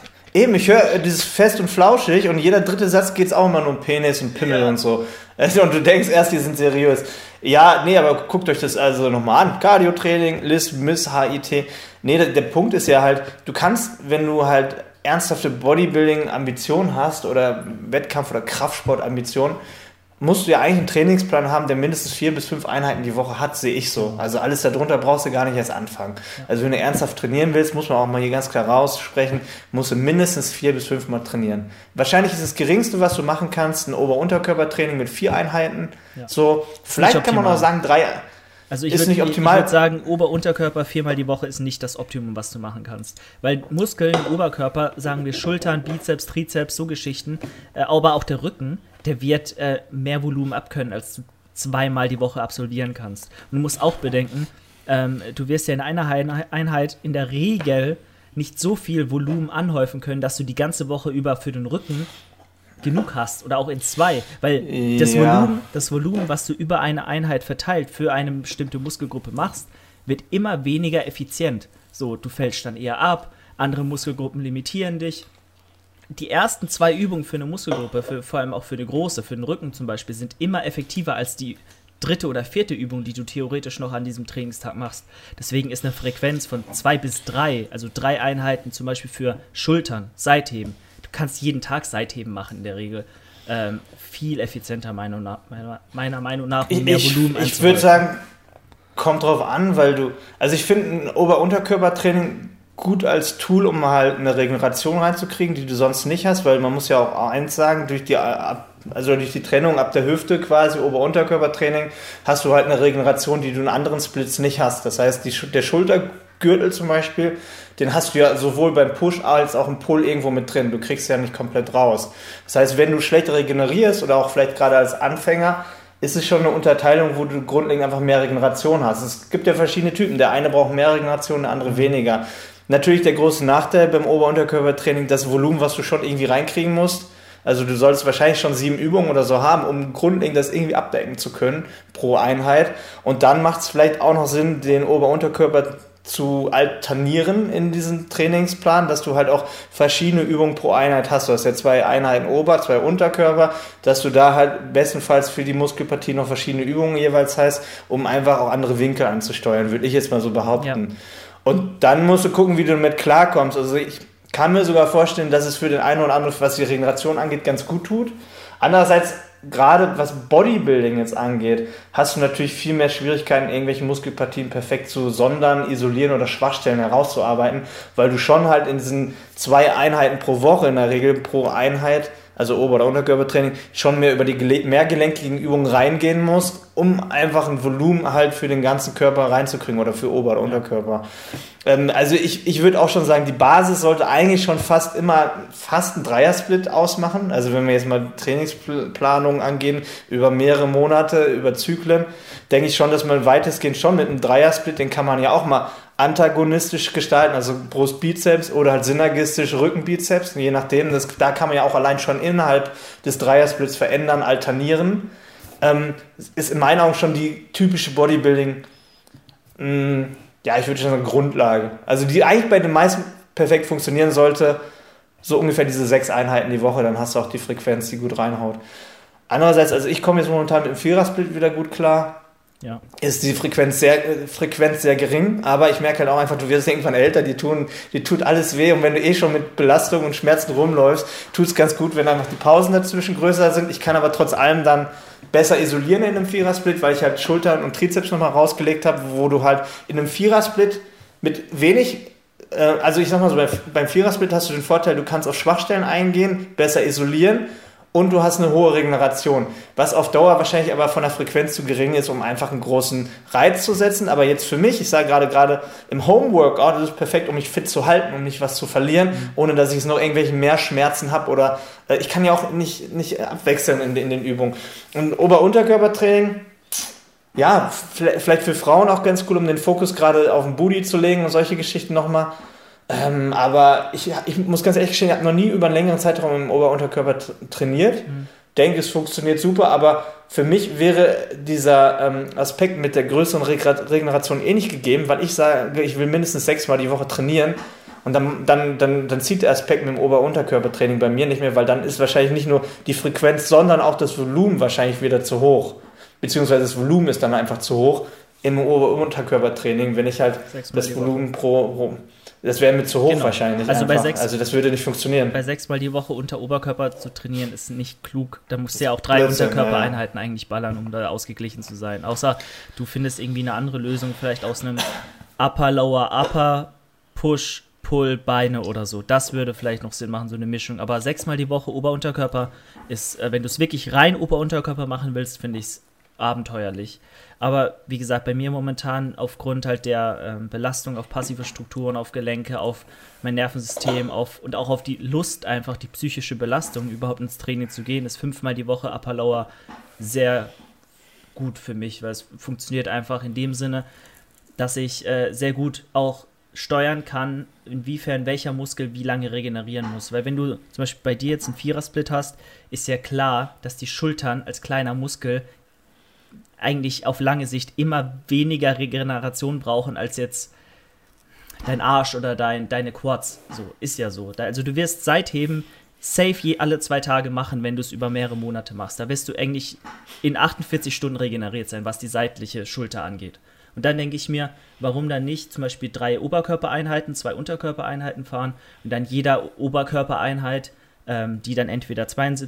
Ich höre dieses Fest und Flauschig und jeder dritte Satz geht es auch immer nur um Penis und Pimmel und so. Und du denkst erst, die sind seriös. Ja, nee, aber guckt euch das also nochmal an. Cardio-Training, LIS, MIS, HIT. Nee, der Punkt ist ja halt, du kannst, wenn du halt ernsthafte Bodybuilding-Ambitionen hast oder Wettkampf- oder Kraftsport-Ambitionen, musst du ja eigentlich einen Trainingsplan haben, der mindestens 4 bis 5 Einheiten die Woche hat, sehe ich so. Also alles darunter brauchst du gar nicht erst anfangen. Also wenn du ernsthaft trainieren willst, muss man auch mal hier ganz klar raussprechen, musst du mindestens 4 bis 5 Mal trainieren. Wahrscheinlich ist das Geringste, was du machen kannst, ein Ober-Unterkörpertraining mit 4 Einheiten. Ja. So, vielleicht kann man auch sagen, 3.
Also ich würde sagen, Ober-Unterkörper 4-mal die Woche ist nicht das Optimum, was du machen kannst. Weil Muskeln im Oberkörper, sagen wir Schultern, Bizeps, Trizeps, so Geschichten, aber auch der Rücken, der wird mehr Volumen abkönnen, als du 2-mal die Woche absolvieren kannst. Und du musst auch bedenken, du wirst ja in einer Einheit in der Regel nicht so viel Volumen anhäufen können, dass du die ganze Woche über für den Rücken genug hast oder auch in 2, weil das Volumen, was du über eine Einheit verteilt für eine bestimmte Muskelgruppe machst, wird immer weniger effizient. So, du fällst dann eher ab, andere Muskelgruppen limitieren dich. Die ersten 2 Übungen für eine Muskelgruppe, vor allem auch für eine große, für den Rücken zum Beispiel, sind immer effektiver als die 3. oder 4. Übung, die du theoretisch noch an diesem Trainingstag machst. Deswegen ist eine Frequenz von 2 bis 3, also 3 Einheiten zum Beispiel für Schultern, Seitheben, kannst jeden Tag Seitheben machen in der Regel. Viel effizienter meiner Meinung nach, um mehr Volumen einzuhalten.
Ich würde sagen, kommt drauf an, weil also ich finde ein Ober-Unterkörpertraining gut als Tool, um halt eine Regeneration reinzukriegen, die du sonst nicht hast, weil man muss ja auch eins sagen, durch die Trennung ab der Hüfte quasi, Ober-Unterkörpertraining, hast du halt eine Regeneration, die du in anderen Splits nicht hast. Das heißt, der Schultergürtel zum Beispiel, den hast du ja sowohl beim Push als auch im Pull irgendwo mit drin. Du kriegst ja nicht komplett raus. Das heißt, wenn du schlecht regenerierst oder auch vielleicht gerade als Anfänger, ist es schon eine Unterteilung, wo du grundlegend einfach mehr Regeneration hast. Es gibt ja verschiedene Typen. Der eine braucht mehr Regeneration, der andere weniger. Natürlich der große Nachteil beim Ober-Unterkörpertraining, das Volumen, was du schon irgendwie reinkriegen musst. Also du solltest wahrscheinlich schon 7 Übungen oder so haben, um grundlegend das irgendwie abdecken zu können pro Einheit. Und dann macht es vielleicht auch noch Sinn, den Ober-Unterkörper zu alternieren in diesem Trainingsplan, dass du halt auch verschiedene Übungen pro Einheit hast. Du hast ja 2 Einheiten Ober-, 2 Unterkörper, dass du da halt bestenfalls für die Muskelpartie noch verschiedene Übungen jeweils hast, um einfach auch andere Winkel anzusteuern, würde ich jetzt mal so behaupten. Ja. Und dann musst du gucken, wie du damit klarkommst. Also ich kann mir sogar vorstellen, dass es für den einen oder anderen, was die Regeneration angeht, ganz gut tut. Andererseits, gerade was Bodybuilding jetzt angeht, hast du natürlich viel mehr Schwierigkeiten, irgendwelche Muskelpartien perfekt zu sondern, isolieren oder Schwachstellen herauszuarbeiten, weil du schon halt in diesen 2 Einheiten pro Woche in der Regel pro Einheit, also Ober- oder Unterkörpertraining, schon mehr über die mehrgelenkigen Übungen reingehen muss, um einfach ein Volumen halt für den ganzen Körper reinzukriegen oder für Ober- oder Unterkörper. Also ich würde auch schon sagen, die Basis sollte eigentlich schon fast ein Dreiersplit ausmachen. Also wenn wir jetzt mal Trainingsplanungen angehen, über mehrere Monate, über Zyklen, denke ich schon, dass man weitestgehend schon mit einem Dreiersplit, den kann man ja auch mal antagonistisch gestalten, also Brust-Bizeps oder halt synergistisch Rücken-Bizeps, je nachdem. Da kann man ja auch allein schon innerhalb des Dreiersplits verändern, alternieren. Ist in meinen Augen schon die typische Bodybuilding, ich würde schon sagen Grundlage. Also die eigentlich bei den meisten perfekt funktionieren sollte, so ungefähr diese 6 Einheiten die Woche, dann hast du auch die Frequenz, die gut reinhaut. Andererseits, also ich komme jetzt momentan mit dem Vierersplit wieder gut klar. Ja. Ist die Frequenz sehr gering, aber ich merke halt auch einfach, du wirst irgendwann älter, dir tut alles weh und wenn du schon mit Belastung und Schmerzen rumläufst, tut es ganz gut, wenn einfach die Pausen dazwischen größer sind. Ich kann aber trotz allem dann besser isolieren in einem Vierersplit, weil ich halt Schultern und Trizeps nochmal rausgelegt habe, wo du halt in einem Vierersplit mit wenig, also ich sag mal so, beim Vierersplit hast du den Vorteil, du kannst auf Schwachstellen eingehen, besser isolieren, und du hast eine hohe Regeneration, was auf Dauer wahrscheinlich aber von der Frequenz zu gering ist, um einfach einen großen Reiz zu setzen. Aber jetzt für mich, ich sage gerade im Homeworkout, das ist perfekt, um mich fit zu halten, um nicht was zu verlieren, ohne dass ich noch irgendwelche mehr Schmerzen habe oder ich kann ja auch nicht abwechseln in den Übungen. Und Ober-Unterkörpertraining, ja, vielleicht für Frauen auch ganz cool, um den Fokus gerade auf den Booty zu legen und solche Geschichten nochmal. Aber ich muss ganz ehrlich gestehen, ich habe noch nie über einen längeren Zeitraum im Ober-Unterkörper trainiert. Denke, es funktioniert super, aber für mich wäre dieser Aspekt mit der größeren Regeneration nicht gegeben, weil ich sage, ich will mindestens 6-mal die Woche trainieren und dann zieht der Aspekt mit dem Ober-Unterkörpertraining bei mir nicht mehr, weil dann ist wahrscheinlich nicht nur die Frequenz, sondern auch das Volumen wahrscheinlich wieder zu hoch. Beziehungsweise das Volumen ist dann einfach zu hoch im Ober-Unterkörpertraining, wenn ich halt das Volumen pro das wäre mir zu hoch wahrscheinlich.
Also
das würde nicht funktionieren.
Bei 6-mal die Woche unter Oberkörper zu trainieren ist nicht klug. Da musst du ja auch 3 Unterkörpereinheiten eigentlich ballern, um da ausgeglichen zu sein. Außer du findest irgendwie eine andere Lösung, vielleicht aus einem Upper, Lower, Upper, Push, Pull, Beine oder so. Das würde vielleicht noch Sinn machen, so eine Mischung. Aber 6-mal die Woche Ober-Unterkörper ist, wenn du es wirklich rein Ober-Unterkörper machen willst, finde ich es abenteuerlich. Aber wie gesagt, bei mir momentan aufgrund halt der Belastung auf passive Strukturen, auf Gelenke, auf mein Nervensystem und auch auf die Lust, einfach die psychische Belastung, überhaupt ins Training zu gehen, ist 5-mal die Woche Upper Lower sehr gut für mich, weil es funktioniert einfach in dem Sinne, dass ich sehr gut auch steuern kann, inwiefern welcher Muskel wie lange regenerieren muss. Weil wenn du zum Beispiel bei dir jetzt einen Vierersplit hast, ist ja klar, dass die Schultern als kleiner Muskel eigentlich auf lange Sicht immer weniger Regeneration brauchen als jetzt dein Arsch oder deine Quads. So, ist ja so. Also du wirst Seitheben safe alle 2 Tage machen, wenn du es über mehrere Monate machst. Da wirst du eigentlich in 48 Stunden regeneriert sein, was die seitliche Schulter angeht. Und dann denke ich mir, warum dann nicht zum Beispiel 3 Oberkörpereinheiten, 2 Unterkörpereinheiten fahren und dann jeder Oberkörpereinheit, die dann entweder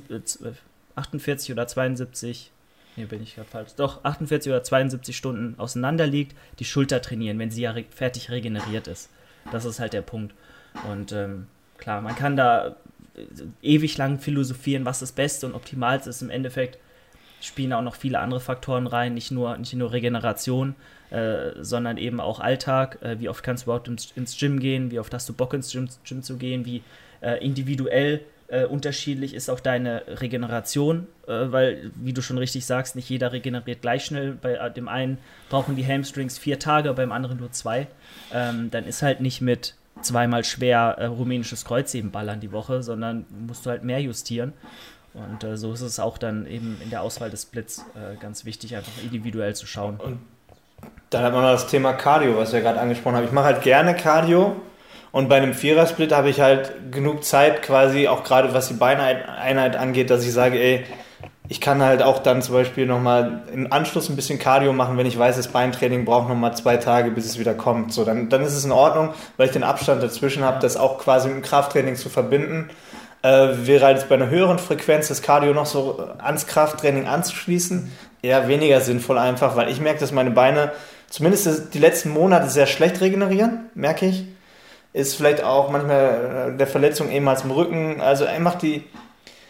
48 oder 72 hier bin ich gerade falsch. Doch, 48 oder 72 Stunden auseinander liegt, die Schulter trainieren, wenn sie ja fertig regeneriert ist. Das ist halt der Punkt. Und klar, man kann da ewig lang philosophieren, was das Beste und Optimalste ist. Im Endeffekt spielen auch noch viele andere Faktoren rein, nicht nur Regeneration, sondern eben auch Alltag. Wie oft kannst du überhaupt ins Gym gehen? Wie oft hast du Bock ins Gym zu gehen? Wie individuell unterschiedlich ist auch deine Regeneration, weil, wie du schon richtig sagst, nicht jeder regeneriert gleich schnell. Bei dem einen brauchen die Hamstrings 4 Tage, beim anderen nur 2. Dann ist halt nicht mit 2-mal schwer rumänisches Kreuzheben ballern die Woche, sondern musst du halt mehr justieren. Und so ist es auch dann eben in der Auswahl des Splits ganz wichtig, einfach individuell zu schauen. Und
dann hat man noch das Thema Cardio, was ich ja gerade angesprochen habe. Ich mache halt gerne Cardio. Und bei einem Vierersplit habe ich halt genug Zeit quasi, auch gerade was die Beineinheit angeht, dass ich sage, ey, ich kann halt auch dann zum Beispiel nochmal im Anschluss ein bisschen Cardio machen, wenn ich weiß, das Beintraining braucht nochmal 2 Tage, bis es wieder kommt. So, dann ist es in Ordnung, weil ich den Abstand dazwischen habe, das auch quasi mit dem Krafttraining zu verbinden. Wäre halt bei einer höheren Frequenz das Cardio noch so ans Krafttraining anzuschließen, eher weniger sinnvoll einfach, weil ich merke, dass meine Beine zumindest die letzten Monate sehr schlecht regenerieren, merke ich. Ist vielleicht auch manchmal der Verletzung ehemals im Rücken. Also einfach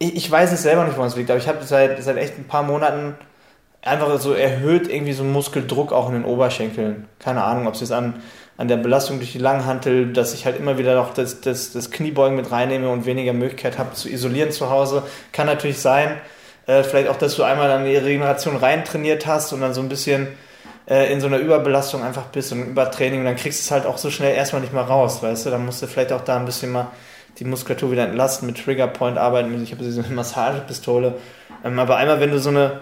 ich weiß es selber nicht, woran es liegt, aber ich habe seit echt ein paar Monaten einfach so erhöht irgendwie so einen Muskeldruck auch in den Oberschenkeln. Keine Ahnung, ob es jetzt an der Belastung durch die Langhantel, dass ich halt immer wieder noch das Kniebeugen mit reinnehme und weniger Möglichkeit habe zu isolieren zu Hause. Kann natürlich sein. Vielleicht auch, dass du einmal dann die Regeneration reintrainiert hast und dann so ein bisschen in so einer Überbelastung einfach bist und Übertraining und dann kriegst du es halt auch so schnell erstmal nicht mal raus, weißt du? Dann musst du vielleicht auch da ein bisschen mal die Muskulatur wieder entlasten, mit Trigger Point arbeiten. Ich habe so eine Massagepistole. Aber einmal, wenn du so eine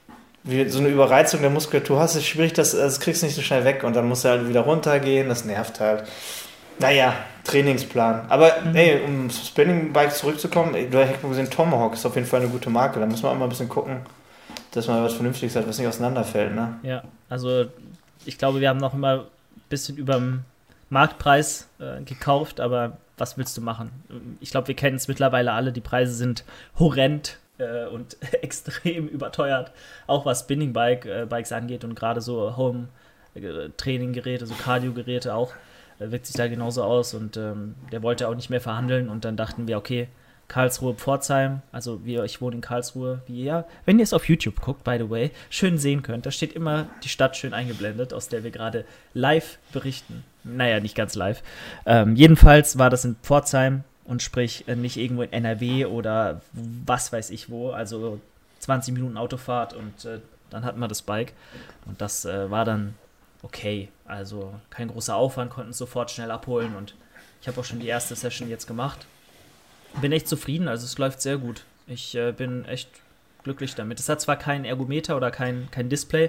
Überreizung der Muskulatur hast, ist es schwierig, das kriegst du nicht so schnell weg und dann musst du halt wieder runtergehen, das nervt halt. Naja, Trainingsplan. Aber ey, um zum Spinning-Bike zurückzukommen, du hast gesehen, Tomahawk ist auf jeden Fall eine gute Marke. Da muss man auch mal ein bisschen gucken, dass man was Vernünftiges hat, was nicht auseinanderfällt, ne?
Ja, also ich glaube, wir haben noch immer ein bisschen über dem Marktpreis gekauft, aber was willst du machen? Ich glaube, wir kennen es mittlerweile alle, die Preise sind horrend und extrem überteuert, auch was Spinning-Bikes angeht und gerade so Home-Training-Geräte, so Cardio-Geräte auch, wirkt sich da genauso aus und der wollte auch nicht mehr verhandeln und dann dachten wir, okay, Karlsruhe, Pforzheim, also ich wohne in Karlsruhe, wie ihr, wenn ihr es auf YouTube guckt, by the way, schön sehen könnt, da steht immer die Stadt schön eingeblendet, aus der wir gerade live berichten. Naja, nicht ganz live. Jedenfalls war das in Pforzheim und sprich nicht irgendwo in NRW oder was weiß ich wo, also 20 Minuten Autofahrt und dann hatten wir das Bike und das war dann okay, also kein großer Aufwand, konnten es sofort schnell abholen und ich habe auch schon die erste Session jetzt gemacht. Bin echt zufrieden, also es läuft sehr gut. Ich bin echt glücklich damit. Es hat zwar keinen Ergometer oder kein Display,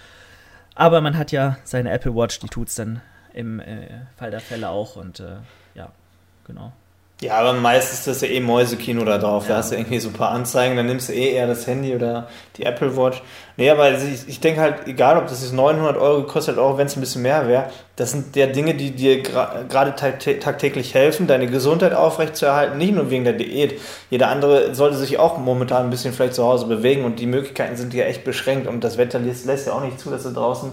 aber man hat ja seine Apple Watch, die tut es dann im Fall der Fälle auch und ja, genau.
Ja, aber meistens ist das ja Mäusekino da drauf. Ja. Da hast du irgendwie so ein paar Anzeigen, dann nimmst du eher das Handy oder die Apple Watch. Nee, aber ich denke halt, egal ob das jetzt 900 Euro gekostet hat, auch wenn es ein bisschen mehr wäre, das sind ja Dinge, die dir gerade tagtäglich helfen, deine Gesundheit aufrechtzuerhalten, nicht nur wegen der Diät. Jeder andere sollte sich auch momentan ein bisschen vielleicht zu Hause bewegen und die Möglichkeiten sind ja echt beschränkt und das Wetter lässt ja auch nicht zu, dass du draußen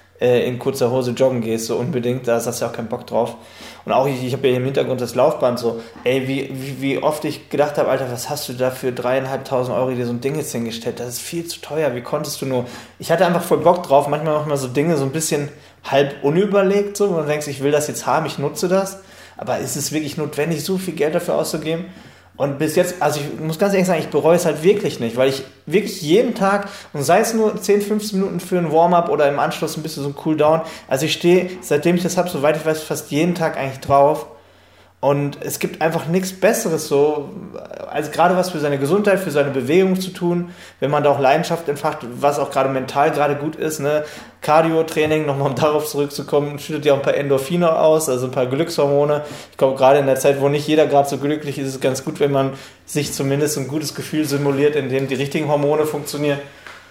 in kurzer Hose joggen gehst, so unbedingt, da hast du ja auch keinen Bock drauf. Und auch ich habe ja im Hintergrund das Laufband so, ey, wie oft ich gedacht habe, Alter, was hast du da für 3.500 Euro dir so ein Ding jetzt hingestellt? Das ist viel zu teuer, wie konntest du nur? Ich hatte einfach voll Bock drauf, manchmal auch mal so Dinge so ein bisschen halb unüberlegt, so, wo du denkst, ich will das jetzt haben, ich nutze das, aber ist es wirklich notwendig, so viel Geld dafür auszugeben? Und bis jetzt, also ich muss ganz ehrlich sagen, ich bereue es halt wirklich nicht, weil ich wirklich jeden Tag, und sei es nur 10, 15 Minuten für ein Warm-up oder im Anschluss ein bisschen so ein Cooldown, also ich stehe, seitdem ich das habe, soweit ich weiß, fast jeden Tag eigentlich drauf. Und es gibt einfach nichts Besseres so, als gerade was für seine Gesundheit, für seine Bewegung zu tun, wenn man da auch Leidenschaft entfacht, was auch gerade mental gerade gut ist, ne? Cardio-Training, nochmal um darauf zurückzukommen, schüttet ja auch ein paar Endorphine aus, also ein paar Glückshormone. Ich glaube, gerade in der Zeit, wo nicht jeder gerade so glücklich ist, ist es ganz gut, wenn man sich zumindest ein gutes Gefühl simuliert, in dem die richtigen Hormone funktionieren.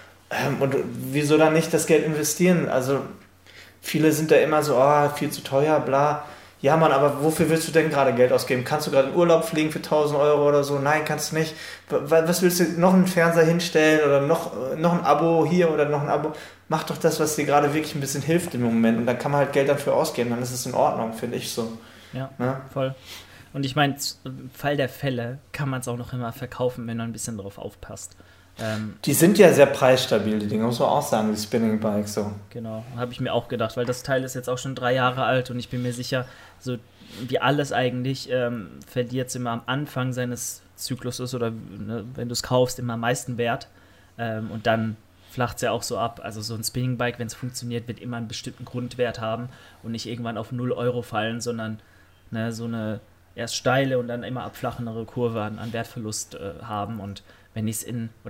Und wieso dann nicht das Geld investieren? Also viele sind da immer so, viel zu teuer, bla. Ja, Mann, aber wofür willst du denn gerade Geld ausgeben? Kannst du gerade in Urlaub fliegen für 1.000 Euro oder so? Nein, kannst du nicht. Was willst du, noch einen Fernseher hinstellen oder noch ein Abo hier oder noch ein Abo? Mach doch das, was dir gerade wirklich ein bisschen hilft im Moment und dann kann man halt Geld dafür ausgeben, dann ist es in Ordnung, finde ich so.
Ja, voll. Und ich meine, im Fall der Fälle kann man es auch noch immer verkaufen, wenn man ein bisschen drauf aufpasst.
Die sind ja sehr preisstabil, die Dinge, muss man auch sagen, die Spinning Bikes so.
Genau, habe ich mir auch gedacht, weil das Teil ist jetzt auch schon 3 Jahre alt und ich bin mir sicher, so wie alles eigentlich, verliert es immer am Anfang seines Zykluses oder ne, wenn du es kaufst, immer am meisten Wert und dann flacht es ja auch so ab. Also so ein Spinning Bike, wenn es funktioniert, wird immer einen bestimmten Grundwert haben und nicht irgendwann auf 0 Euro fallen, sondern ne, so eine erst steile und dann immer abflachendere Kurve an Wertverlust haben und wenn ich es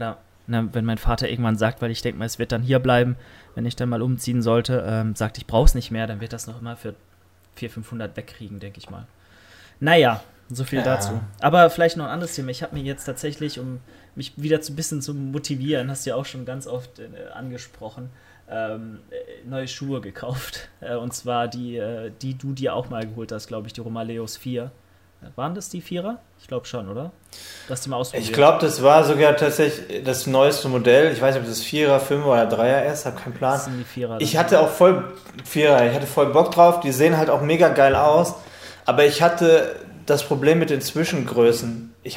wenn mein Vater irgendwann sagt, weil ich denke mal, es wird dann hier bleiben, wenn ich dann mal umziehen sollte, sagt, ich brauche es nicht mehr, dann wird das noch immer für 400-500 wegkriegen, denke ich mal. Naja, so viel dazu. Aber vielleicht noch ein anderes Thema. Ich habe mir jetzt tatsächlich, um mich wieder ein bisschen zu motivieren, hast du ja auch schon ganz oft angesprochen, neue Schuhe gekauft. Und zwar die du dir auch mal geholt hast, glaube ich, die Romaleos 4. Waren das die 4er? Ich glaube schon, oder? Du hast die mal ausprobiert.
Ich glaube, das war sogar tatsächlich das neueste Modell. Ich weiß nicht, ob das 4er, 5er oder 3er ist, habe keinen Plan. Das sind die 4er. Ich hatte voll Bock drauf. Die sehen halt auch mega geil aus. Aber ich hatte das Problem mit den Zwischengrößen. Ich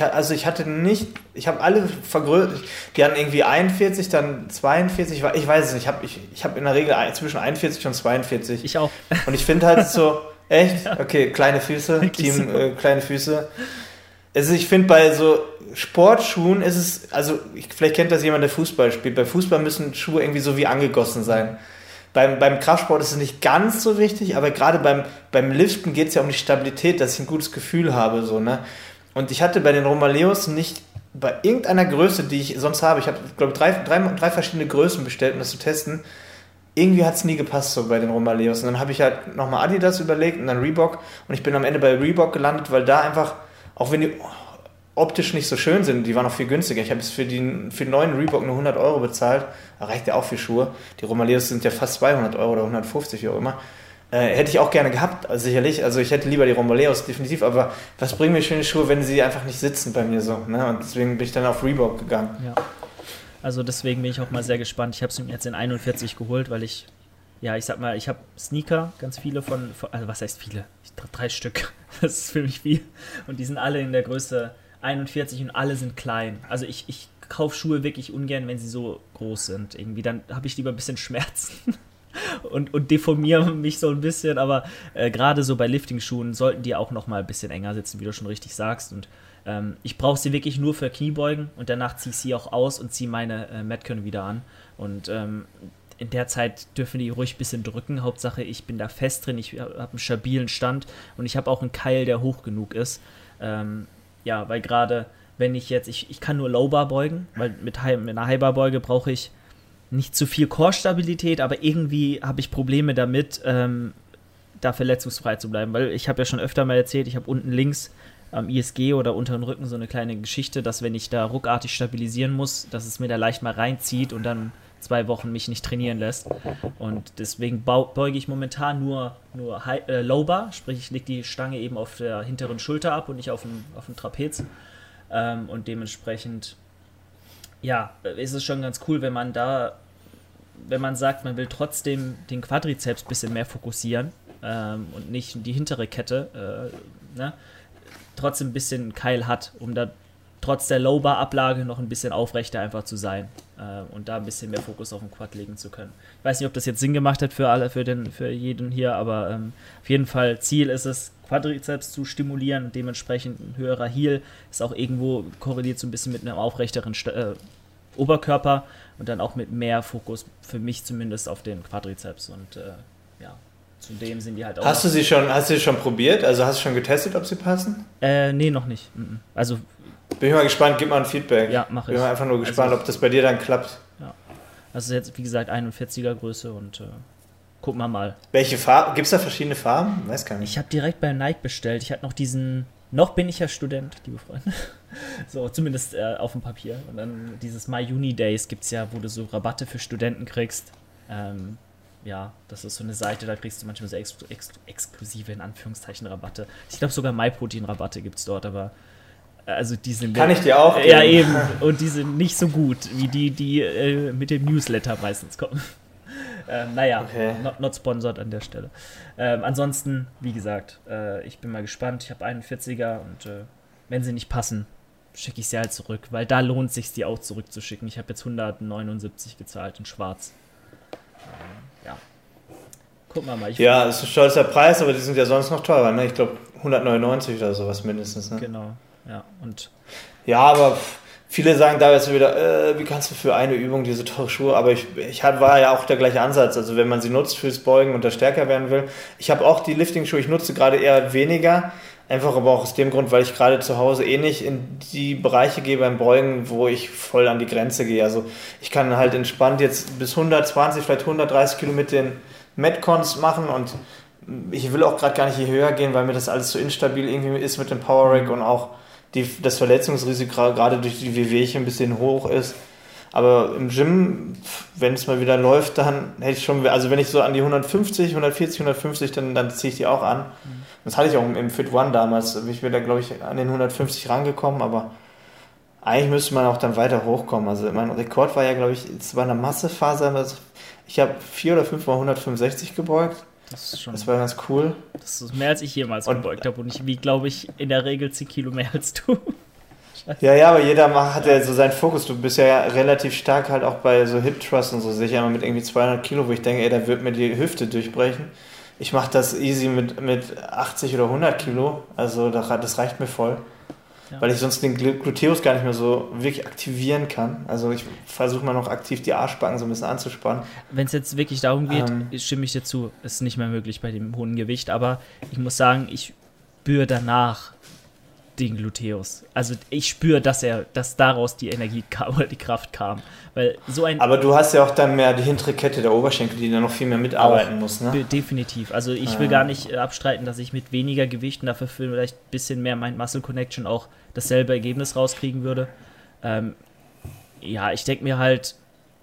habe alle vergrößert, die hatten irgendwie 41, dann 42, ich weiß es nicht, ich hab in der Regel zwischen 41 und 42.
Ich auch.
Und ich finde halt so, echt? Okay, kleine Füße, kleine Füße. Also ich finde bei so Sportschuhen ist es, also vielleicht kennt das jemand, der Fußball spielt, bei Fußball müssen Schuhe irgendwie so wie angegossen sein. Beim Kraftsport ist es nicht ganz so wichtig, aber gerade beim Liften geht es ja um die Stabilität, dass ich ein gutes Gefühl habe. So, ne? Und ich hatte bei den Romaleos nicht bei irgendeiner Größe, die ich sonst habe, ich habe, glaube ich, drei verschiedene Größen bestellt, um das zu testen. Irgendwie hat es nie gepasst so bei den Romaleos. Und dann habe ich halt nochmal Adidas überlegt und dann Reebok. Und ich bin am Ende bei Reebok gelandet, weil da einfach, auch wenn die optisch nicht so schön sind, die waren auch viel günstiger. Ich habe jetzt für den neuen Reebok nur 100 Euro bezahlt. Da reicht ja auch für Schuhe. Die Romaleos sind ja fast 200 Euro oder 150, wie auch immer. Hätte ich auch gerne gehabt, also sicherlich. Also ich hätte lieber die Romaleos, definitiv. Aber was bringen mir schöne Schuhe, wenn sie einfach nicht sitzen bei mir so? Ne? Und deswegen bin ich dann auf Reebok gegangen.
Ja. Also deswegen bin ich auch mal sehr gespannt. Ich habe es mir jetzt in 41 geholt, weil ich sag mal, ich habe Sneaker, ganz viele von, also was heißt viele? 3 Stück. Das ist für mich viel. Und die sind alle in der Größe 41 und alle sind klein. Also ich kaufe Schuhe wirklich ungern, wenn sie so groß sind. Irgendwie, dann habe ich lieber ein bisschen Schmerzen und deformiere mich so ein bisschen. Aber gerade so bei Lifting-Schuhen sollten die auch noch mal ein bisschen enger sitzen, wie du schon richtig sagst. Und ich brauche sie wirklich nur für Kniebeugen und danach ziehe ich sie auch aus und ziehe meine Metcon wieder an. Und in der Zeit dürfen die ruhig ein bisschen drücken. Hauptsache, ich bin da fest drin, ich habe einen stabilen Stand und ich habe auch einen Keil, der hoch genug ist. Weil gerade, wenn ich jetzt, ich kann nur Low-Bar beugen, weil mit einer High-Bar-Beuge brauche ich nicht zu viel Core-Stabilität, aber irgendwie habe ich Probleme damit, da verletzungsfrei zu bleiben, weil ich habe ja schon öfter mal erzählt, ich habe unten links am ISG oder unter dem Rücken so eine kleine Geschichte, dass wenn ich da ruckartig stabilisieren muss, dass es mir da leicht mal reinzieht und dann 2 Wochen mich nicht trainieren lässt. Und deswegen beuge ich momentan nur Low-Bar, sprich ich lege die Stange eben auf der hinteren Schulter ab und nicht auf dem Trapez. Und dementsprechend, ist es schon ganz cool, wenn man sagt, man will trotzdem den Quadrizeps ein bisschen mehr fokussieren und nicht die hintere Kette, trotzdem ein bisschen Keil hat, um da trotz der Low-Bar-Ablage noch ein bisschen aufrechter einfach zu sein und da ein bisschen mehr Fokus auf den Quad legen zu können. Ich weiß nicht, ob das jetzt Sinn gemacht hat für jeden hier, aber auf jeden Fall Ziel ist es, Quadrizeps zu stimulieren und dementsprechend ein höherer Heel ist auch irgendwo korreliert so ein bisschen mit einem aufrechteren Oberkörper und dann auch mit mehr Fokus, für mich zumindest, auf den Quadrizeps und zudem sind die halt auch...
Hast du sie schon probiert? Also hast du schon getestet, ob sie passen?
Nee, noch nicht. Also...
Bin ich mal gespannt, gib mal ein Feedback.
Ja, mach ich.
Bin mal einfach nur gespannt, ob das bei dir dann klappt.
Ja. Also jetzt, wie gesagt, 41er Größe und gucken wir mal.
Welche Farben? Gibt es da verschiedene Farben? Weiß gar nicht.
Ich habe direkt bei Nike bestellt. Ich hatte noch noch bin ich ja Student, liebe Freunde. So, zumindest auf dem Papier. Und dann dieses My Uni Days gibt es ja, wo du so Rabatte für Studenten kriegst. Das ist so eine Seite, da kriegst du manchmal so exklusive, in Anführungszeichen, Rabatte. Ich glaube sogar MyProtein-Rabatte gibt es dort, aber also die sind...
Kann ich dir auch geben.
Ja, eben. Und die sind nicht so gut, wie die mit dem Newsletter meistens kommen. Okay. Not sponsored an der Stelle. Ansonsten, wie gesagt, ich bin mal gespannt. Ich habe 41er und wenn sie nicht passen, schicke ich sie halt zurück, weil da lohnt es sich, die auch zurückzuschicken. Ich habe jetzt 179 gezahlt in schwarz. Gucken wir mal.
Ist ein stolzer Preis, aber die sind ja sonst noch teurer, ne? Ich glaube 199 oder sowas mindestens, ne?
Genau, ja.
Ja, aber viele sagen da jetzt wieder, wie kannst du für eine Übung diese teure Schuhe, aber war ja auch der gleiche Ansatz, also wenn man sie nutzt fürs Beugen und da stärker werden will. Ich habe auch die Lifting-Schuhe, ich nutze gerade eher weniger, einfach aber auch aus dem Grund, weil ich gerade zu Hause nicht in die Bereiche gehe beim Beugen, wo ich voll an die Grenze gehe. Also ich kann halt entspannt jetzt bis 120, vielleicht 130 Kilo mit den Metcons machen und ich will auch gerade gar nicht hier höher gehen, weil mir das alles so instabil irgendwie ist mit dem Power Rack und auch das Verletzungsrisiko gerade durch die Wehwehchen ein bisschen hoch ist. Aber im Gym, wenn es mal wieder läuft, dann hätte ich schon, also wenn ich so an die 140, 150, dann ziehe ich die auch an. Das hatte ich auch im Fit One damals, bin ich mir da, glaube ich, an den 150 rangekommen, aber eigentlich müsste man auch dann weiter hochkommen. Also mein Rekord war ja, glaube ich, es war eine Massephase, ich habe 4 oder 5 Mal 165 gebeugt. Das war ganz cool.
Das ist mehr, als ich jemals gebeugt habe. Und ich wiege, glaube ich, in der Regel 10 Kilo mehr als du.
Ja, aber jeder hat ja so seinen Fokus. Du bist ja relativ stark halt auch bei so Hip Thrust und so, sicher immer mit irgendwie 200 Kilo, wo ich denke, ey, da wird mir die Hüfte durchbrechen. Ich mache das easy mit 80 oder 100 Kilo, also das reicht mir voll. Ja. Weil ich sonst den Gluteus gar nicht mehr so wirklich aktivieren kann. Also ich versuche mal noch aktiv die Arschbacken so ein bisschen anzuspannen.
Wenn es jetzt wirklich darum geht, stimme ich dir zu, ist nicht mehr möglich bei dem hohen Gewicht, aber ich muss sagen, ich spüre danach den Gluteus. Also ich spüre, dass daraus die Energie kam oder die Kraft kam. Weil
aber du hast ja auch dann mehr die hintere Kette der Oberschenkel, die dann noch viel mehr mitarbeiten muss, ne?
Definitiv. Also ich will gar nicht abstreiten, dass ich mit weniger Gewicht und dafür vielleicht ein bisschen mehr Mind-Muscle Connection auch dasselbe Ergebnis rauskriegen würde. Ich denke mir halt,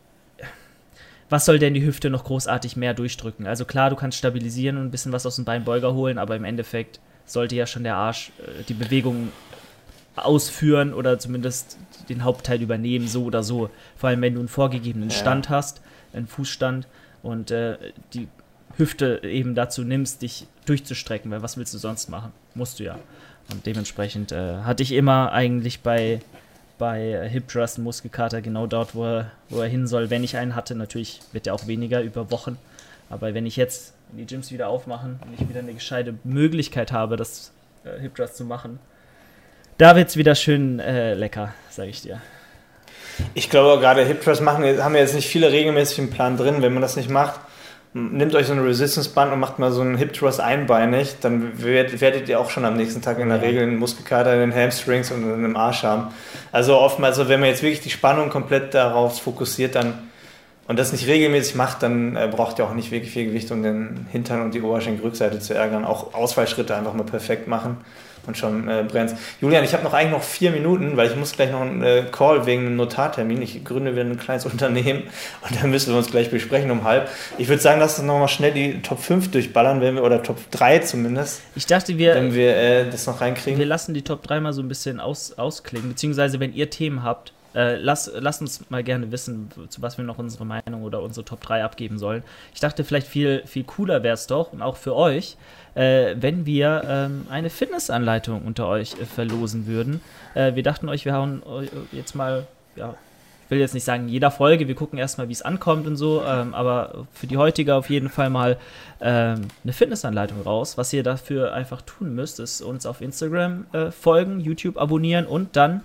was soll denn die Hüfte noch großartig mehr durchdrücken? Also klar, du kannst stabilisieren und ein bisschen was aus dem Beinbeuger holen, aber im Endeffekt sollte ja schon der Arsch die Bewegung ausführen oder zumindest den Hauptteil übernehmen, so oder so. Vor allem, wenn du einen vorgegebenen Stand hast, einen Fußstand und die Hüfte eben dazu nimmst, dich durchzustrecken, weil was willst du sonst machen? Musst du ja. Und dementsprechend hatte ich immer eigentlich bei Hip Thrust einen Muskelkater genau dort, wo er hin soll. Wenn ich einen hatte, natürlich wird er auch weniger über Wochen. Aber wenn ich jetzt die Gyms wieder aufmachen und ich wieder eine gescheite Möglichkeit habe, das Hip Thrust zu machen, da wird es wieder schön lecker, sage ich dir.
Ich glaube, gerade Hip Thrust haben wir jetzt nicht viele regelmäßig im Plan drin. Wenn man das nicht macht, nehmt euch so eine Resistance Band und macht mal so einen Hip Thrust einbeinig, dann werdet ihr auch schon am nächsten Tag in der Regel einen Muskelkater in den Hamstrings und in dem Arsch haben. Also oftmals, wenn man jetzt wirklich die Spannung komplett darauf fokussiert und das nicht regelmäßig macht, dann braucht ihr auch nicht wirklich viel Gewicht, um den Hintern und die Oberschenkelrückseite zu ärgern. Auch Ausfallschritte einfach mal perfekt machen und schon brennt's. Julian, ich habe eigentlich noch 4 Minuten, weil ich muss gleich noch einen Call wegen einem Notartermin. Ich gründe wieder ein kleines Unternehmen und dann müssen wir uns gleich besprechen um 12:30. Ich würde sagen, lass uns nochmal schnell die Top 5 durchballern, oder Top 3 zumindest.
Ich dachte,
wenn wir das noch reinkriegen.
Wir lassen die Top 3 mal so ein bisschen ausklingen, beziehungsweise wenn ihr Themen habt, lasst uns mal gerne wissen, zu was wir noch unsere Meinung oder unsere Top 3 abgeben sollen. Ich dachte, vielleicht viel, viel cooler wäre es doch, und auch für euch, wenn wir eine Fitnessanleitung unter euch verlosen würden. Wir dachten euch, wir hauen jetzt mal, ich will jetzt nicht sagen jeder Folge, wir gucken erstmal, wie es ankommt und so, aber für die heutige auf jeden Fall mal eine Fitnessanleitung raus. Was ihr dafür einfach tun müsst, ist uns auf Instagram folgen, YouTube abonnieren und dann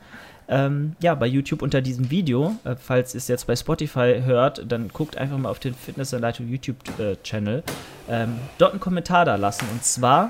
bei YouTube unter diesem Video, falls ihr es jetzt bei Spotify hört, dann guckt einfach mal auf den Fitnessanleitung YouTube-Channel, dort einen Kommentar da lassen, und zwar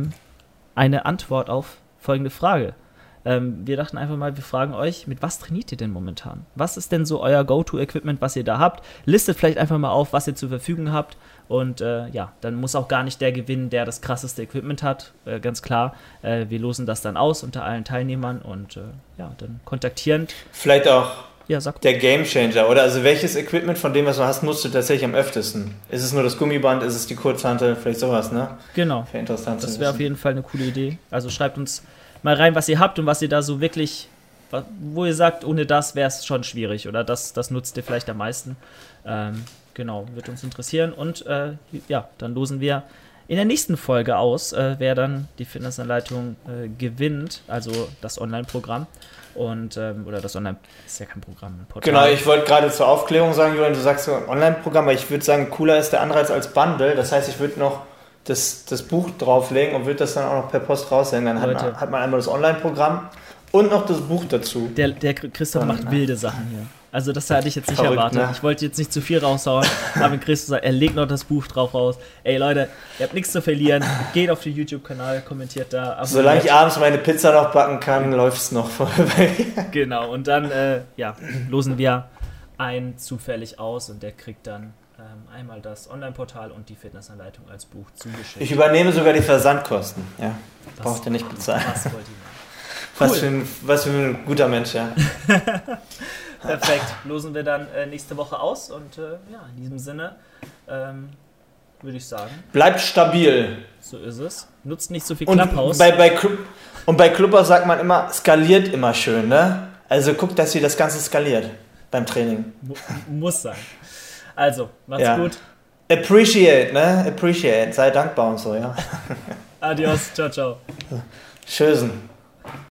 eine Antwort auf folgende Frage. Wir dachten einfach mal, wir fragen euch, mit was trainiert ihr denn momentan? Was ist denn so euer Go-To-Equipment, was ihr da habt? Listet vielleicht einfach mal auf, was ihr zur Verfügung habt. Und dann muss auch gar nicht der gewinnen, der das krasseste Equipment hat, ganz klar. Wir losen das dann aus unter allen Teilnehmern und dann kontaktierend.
Vielleicht auch
sag
der Gamechanger, oder? Also welches Equipment von dem, was du hast, nutzt du tatsächlich am öftesten? Ist es nur das Gummiband, ist es die Kurzhantel, vielleicht sowas, ne?
Genau,
wäre interessant
das wäre auf jeden Fall eine coole Idee. Also schreibt uns mal rein, was ihr habt und was ihr da so wirklich, wo ihr sagt, ohne das wäre es schon schwierig oder das nutzt ihr vielleicht am meisten. Genau, wird uns interessieren und dann losen wir in der nächsten Folge aus, wer dann die Fitnessanleitung gewinnt, also das Online-Programm und oder das Online, ist ja kein Programm, ein Portal.
Genau, ich wollte gerade zur Aufklärung sagen, Julian, du sagst so ein Online-Programm, aber ich würde sagen, cooler ist der Anreiz als Bundle, das heißt, ich würde noch das Buch drauflegen und würde das dann auch noch per Post raussenden. Dann hat man einmal das Online-Programm und noch das Buch dazu.
Der Christoph macht wilde Sachen hier. Also das hatte ich jetzt nicht erwartet. Ne? Ich wollte jetzt nicht zu viel raushauen, aber Christoph sagt, er legt noch das Buch drauf raus. Ey Leute, ihr habt nichts zu verlieren. Geht auf den YouTube-Kanal, kommentiert da. Abonniert.
Solange ich abends meine Pizza noch backen kann, läuft es noch vorbei.
Genau, und dann losen wir einen zufällig aus und der kriegt dann einmal das Online-Portal und die Fitnessanleitung als Buch zugeschickt.
Ich übernehme sogar die Versandkosten. Ja, braucht ihr nicht bezahlen. Was für ein guter Mensch, ja.
Perfekt. Losen wir dann nächste Woche aus und in diesem Sinne würde ich sagen.
Bleibt stabil.
So ist es. Nutzt nicht so viel Clubhouse.
Und bei Clubhouse sagt man immer, skaliert immer schön, ne? Also guckt, dass ihr das Ganze skaliert beim Training.
Muss sein. Also, macht's gut.
Appreciate, ne? Appreciate. Sei dankbar und so, ja.
Adios, ciao, ciao.
Tschüssen.